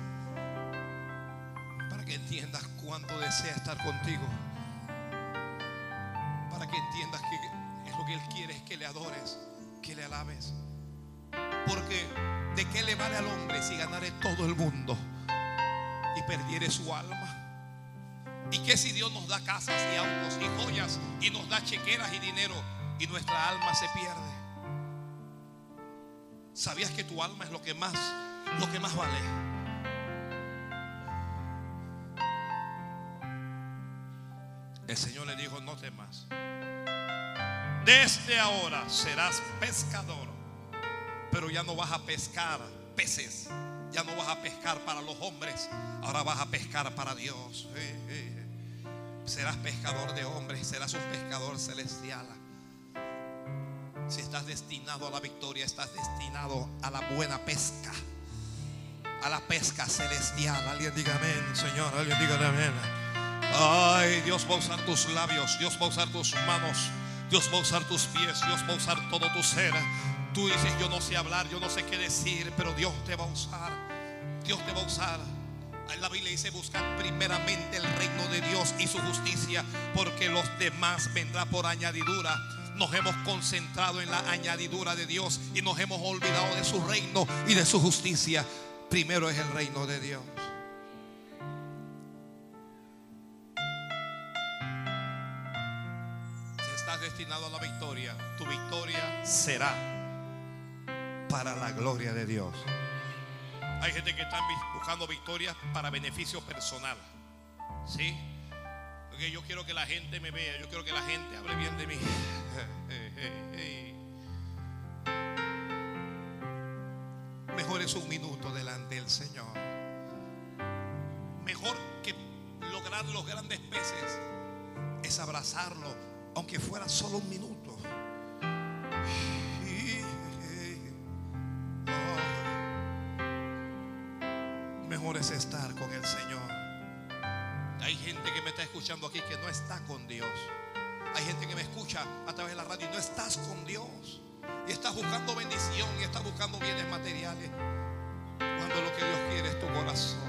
para que entiendas cuánto desea estar contigo, para que entiendas que es lo que Él quiere, es que le adores, que le alabes. Porque ¿de qué le vale al hombre si ganare todo el mundo y perdiere su alma? ¿Y qué si Dios nos da casas y autos y joyas y nos da chequeras y dinero y nuestra alma se pierde? ¿Sabías que tu alma es lo que más, lo que más vale? El Señor le dijo: no temas. Desde ahora serás pescador, pero ya no vas a pescar peces. Ya no vas a pescar para los hombres, ahora vas a pescar para Dios. Eh, eh. Serás pescador de hombres, serás un pescador celestial. Si estás destinado a la victoria, estás destinado a la buena pesca, a la pesca celestial. Alguien diga amén, Señor. Alguien diga amén. Ay, Dios va a usar tus labios, Dios va a usar tus manos, Dios va a usar tus pies, Dios va a usar todo tu ser. Tú dices: yo no sé hablar, yo no sé qué decir, pero Dios te va a usar. Dios te va a usar. En la Biblia dice: buscad primeramente el reino de Dios y su justicia, porque los demás vendrá por añadidura. Nos hemos concentrado en la añadidura de Dios y nos hemos olvidado de su reino y de su justicia. Primero es el reino de Dios. Si estás destinado a la victoria, tu victoria será para la gloria de Dios. Hay gente que está buscando victorias para beneficio personal, ¿sí? Porque yo quiero que la gente me vea, yo quiero que la gente hable bien de mí. Mejor es un minuto delante del Señor. Mejor que lograr los grandes peces es abrazarlo, aunque fuera solo un minuto. Mejor es estar con el Señor. Hay gente que me está escuchando aquí que no está con Dios. Hay gente que me escucha a través de la radio y no estás con Dios. Y estás buscando bendición y estás buscando bienes materiales, cuando lo que Dios quiere es tu corazón.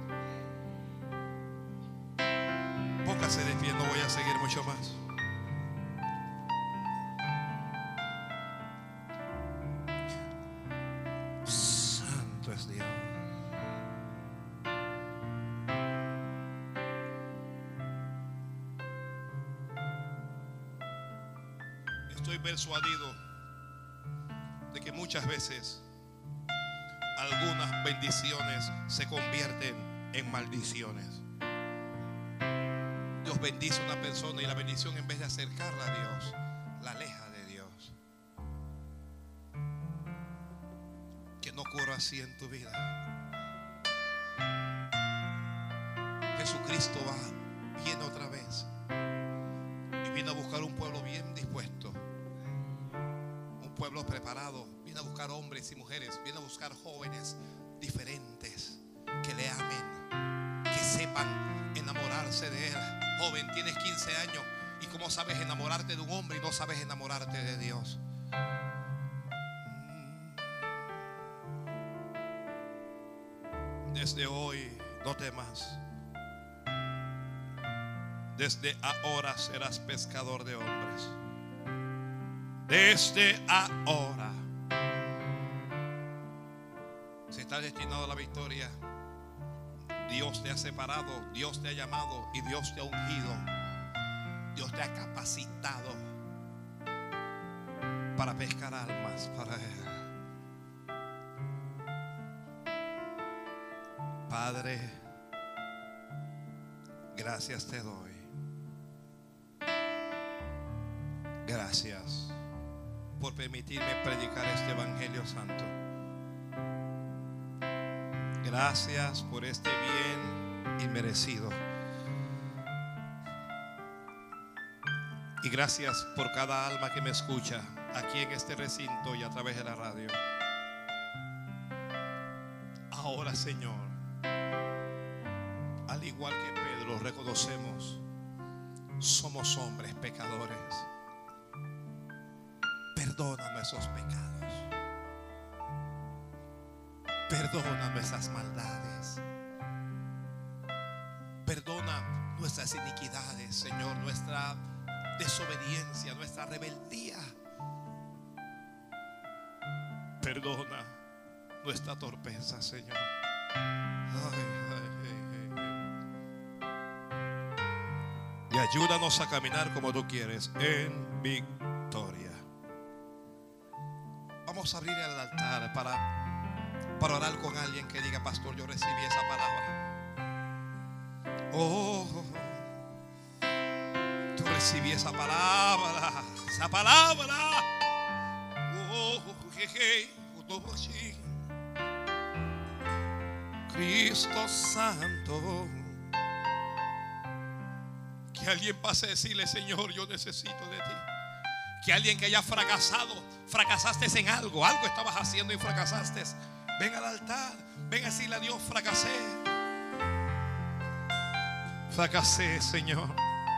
Póngase de pie, no voy a seguir mucho más. Santo es Dios. Estoy persuadido de que muchas veces algunas bendiciones se convierten en maldiciones. Dios bendice a una persona y la bendición, en vez de acercarla a Dios, la aleja de Dios. Que no ocurra así en tu vida. Jesucristo va, viene otra vez. viene a buscar un pueblo bien dispuesto, un pueblo preparado. Viene a buscar hombres y mujeres, viene a buscar jóvenes diferentes, que le amen, que sepan enamorarse de Él. Joven, tienes quince años y cómo sabes enamorarte de un hombre y no sabes enamorarte de Dios. Desde hoy no temas. Desde ahora serás pescador de hombres. Desde ahora. Si estás destinado a la victoria, Dios te ha separado, Dios te ha llamado y Dios te ha ungido. Dios te ha capacitado para pescar almas para Él. Padre, gracias te doy. Gracias por permitirme predicar este Evangelio Santo. Gracias por este bien inmerecido. Y gracias por cada alma que me escucha aquí en este recinto y a través de la radio. Ahora, Señor, al igual que Pedro, reconocemos, somos hombres pecadores. Perdona nuestros pecados. Perdona nuestras maldades. Perdona nuestras iniquidades, Señor, nuestra desobediencia, nuestra rebeldía. Perdona nuestra torpeza, Señor. Ay, ay, ay, ay. Y ayúdanos a caminar como tú quieres, en victoria. Vamos a abrir el altar para, para orar con alguien que diga: pastor, yo recibí esa palabra. Oh, yo recibí esa palabra, esa palabra. Oh, jeje, Cristo Santo. Que alguien pase a decirle: Señor, yo necesito de ti. Que alguien que haya fracasado, fracasaste en algo, algo estabas haciendo y fracasaste. Ven al altar, ven a decirle a Dios: fracasé. Fracasé, Señor.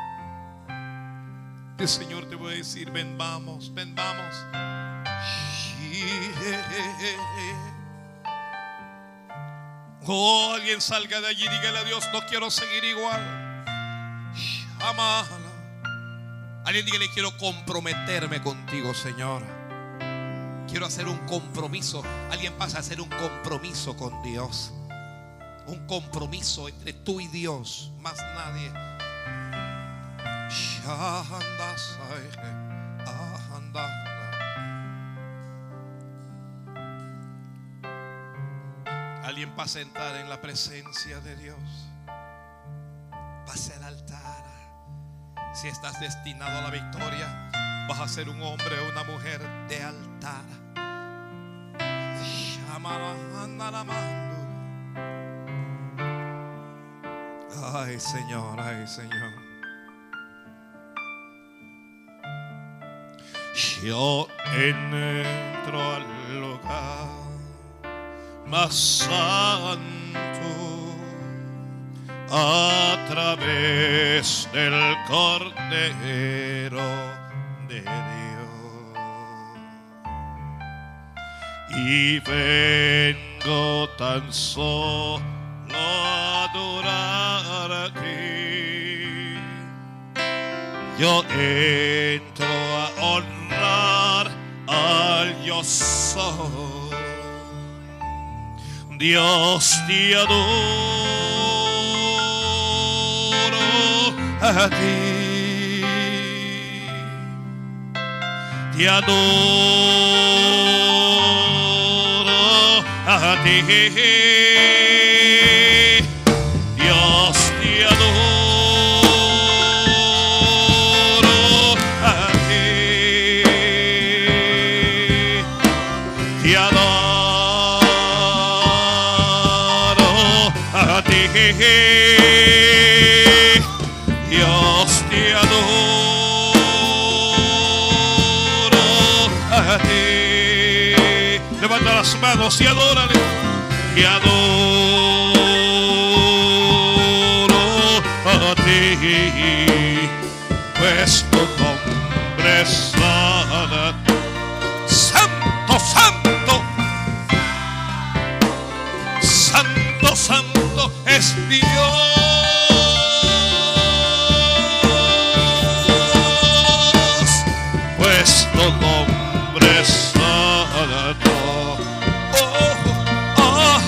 El Señor te voy a decir: ven, vamos, ven, vamos. Oh, alguien salga de allí y dígale a Dios: no quiero seguir igual. Amala. Alguien dígale: quiero comprometerme contigo, Señor. Quiero hacer un compromiso. Alguien pasa a hacer un compromiso con Dios. Un compromiso entre tú y Dios, más nadie. Alguien pasa a entrar en la presencia de Dios. Pase al altar. Si estás destinado a la victoria, vas a ser un hombre o una mujer de altar. Ay, Señor, ay, Señor. Yo entro al lugar más santo a través del Cordero de Dios, y vengo tan solo a adorar a ti. Yo entro a honrar al yo soy. Dios, te adoro a ti, te adoro a ti, Dios, te adoro a ti, te adoro a ti, Dios, te adoro. manos y adórale. Y adoro a ti, pues tu nombre es santo. Santo, santo, santo, santo es Dios, pues tu nombre es santo. Oh, oh.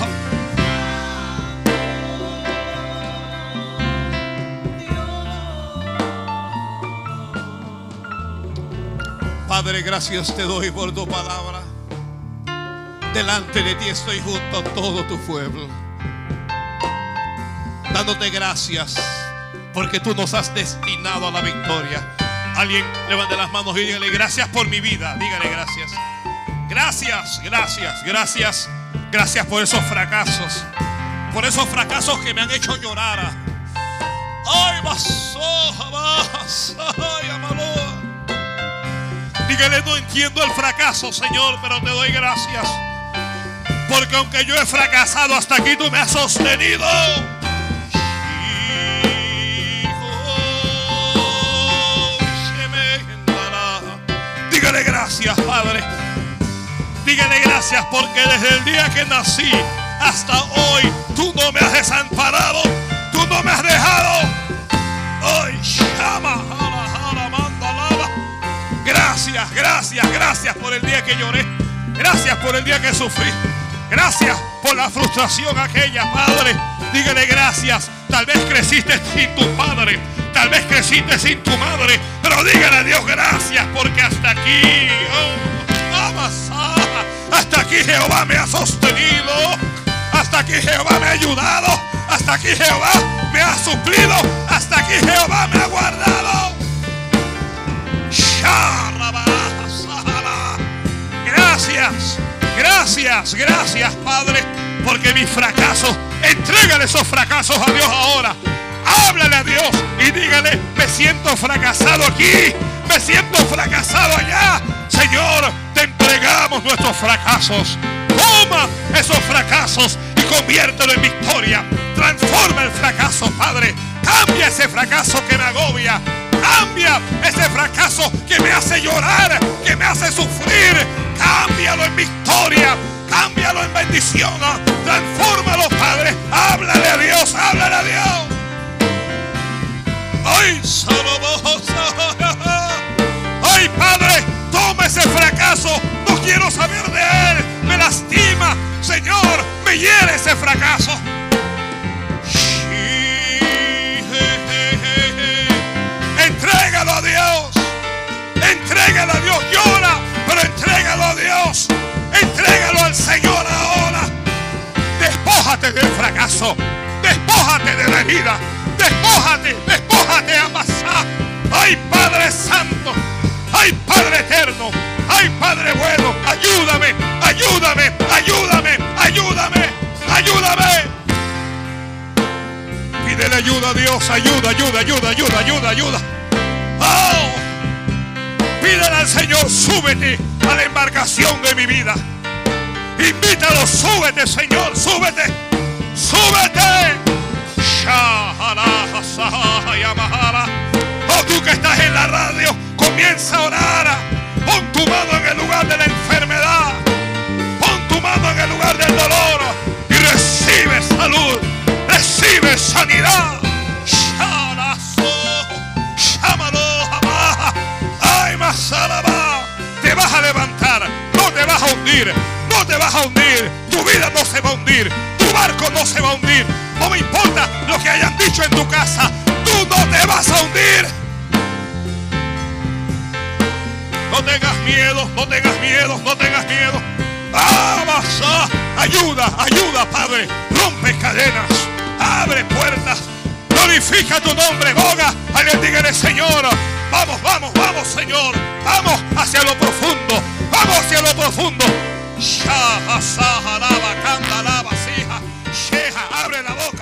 Padre, gracias te doy por tu palabra. Delante de ti estoy junto a todo tu pueblo, dándote gracias porque tú nos has destinado a la victoria. Alguien levante las manos y dígale: gracias por mi vida. Dígale gracias. Gracias, gracias, gracias. Gracias por esos fracasos, por esos fracasos que me han hecho llorar. Ay, basoja, vas, ay, amaloa. Dígale: no entiendo el fracaso, Señor, pero te doy gracias, porque aunque yo he fracasado, hasta aquí tú me has sostenido. Dígale gracias, Padre. Dígale gracias porque desde el día que nací hasta hoy tú no me has desamparado, tú no me has dejado. Ay, llama, jala, jala, manda, lava. Gracias, gracias, gracias por el día que lloré. Gracias por el día que sufrí. Gracias por la frustración aquella, Padre. Dígale gracias. Tal vez creciste sin tu padre, tal vez creciste sin tu madre, pero dígale a Dios gracias porque hasta aquí, oh, hasta aquí Jehová me ha sostenido, hasta aquí Jehová me ha ayudado, hasta aquí Jehová me ha suplido, hasta aquí Jehová me ha guardado. Gracias, gracias, gracias, Padre, porque mis fracasos, entrégale esos fracasos a Dios ahora. Háblale a Dios y dígale: me siento fracasado aquí, me siento fracasado allá. Señor, te entregamos nuestros fracasos. Toma esos fracasos y conviértelo en victoria. Transforma el fracaso, Padre. Cambia ese fracaso que me agobia. Cambia ese fracaso que me hace llorar, que me hace sufrir. Cámbialo en victoria. Cámbialo en bendición. Transfórmalo, Padre. Háblale a Dios, háblale a Dios. Ay, ay, Padre, toma ese fracaso. No quiero saber de él. Me lastima, Señor, me hiere ese fracaso. Entrégalo a Dios. Entrégalo a Dios. Llora, pero entrégalo a Dios. Entrégalo al Señor ahora. Despójate del fracaso. Despójate de la herida. Despójate, despójate, amasá. Ay, Padre Santo. Ay, Padre Eterno. Ay, Padre Bueno. Ayúdame, ayúdame, ayúdame, ayúdame, ayúdame. Pídele ayuda a Dios. Ayuda, ayuda, ayuda, ayuda, ayuda, ayuda. Oh, pídele al Señor: súbete a la embarcación de mi vida. Invítalo: súbete, Señor, súbete, súbete. Oh, tú que estás en la radio, comienza a orar. Pon tu mano en el lugar de la enfermedad. Pon tu mano en el lugar del dolor y recibe salud, recibe sanidad. Ay, Masalaba, te vas a levantar, no te vas a hundir, no te vas a hundir. Tu vida no se va a hundir, tu barco no se va a hundir. No me importa lo que hayan dicho en tu casa, tú no te vas a hundir. No tengas miedo, no tengas miedo, no tengas miedo. Ah, vas a, ayuda, ayuda, Padre. Rompe cadenas, abre puertas, glorifica tu nombre. Boga, alguien dígale: Señor, vamos, vamos, vamos, Señor. Vamos hacia lo profundo, vamos hacia lo profundo. Shaha, saha, lava, canta, lava, sija, sheja, abre la boca.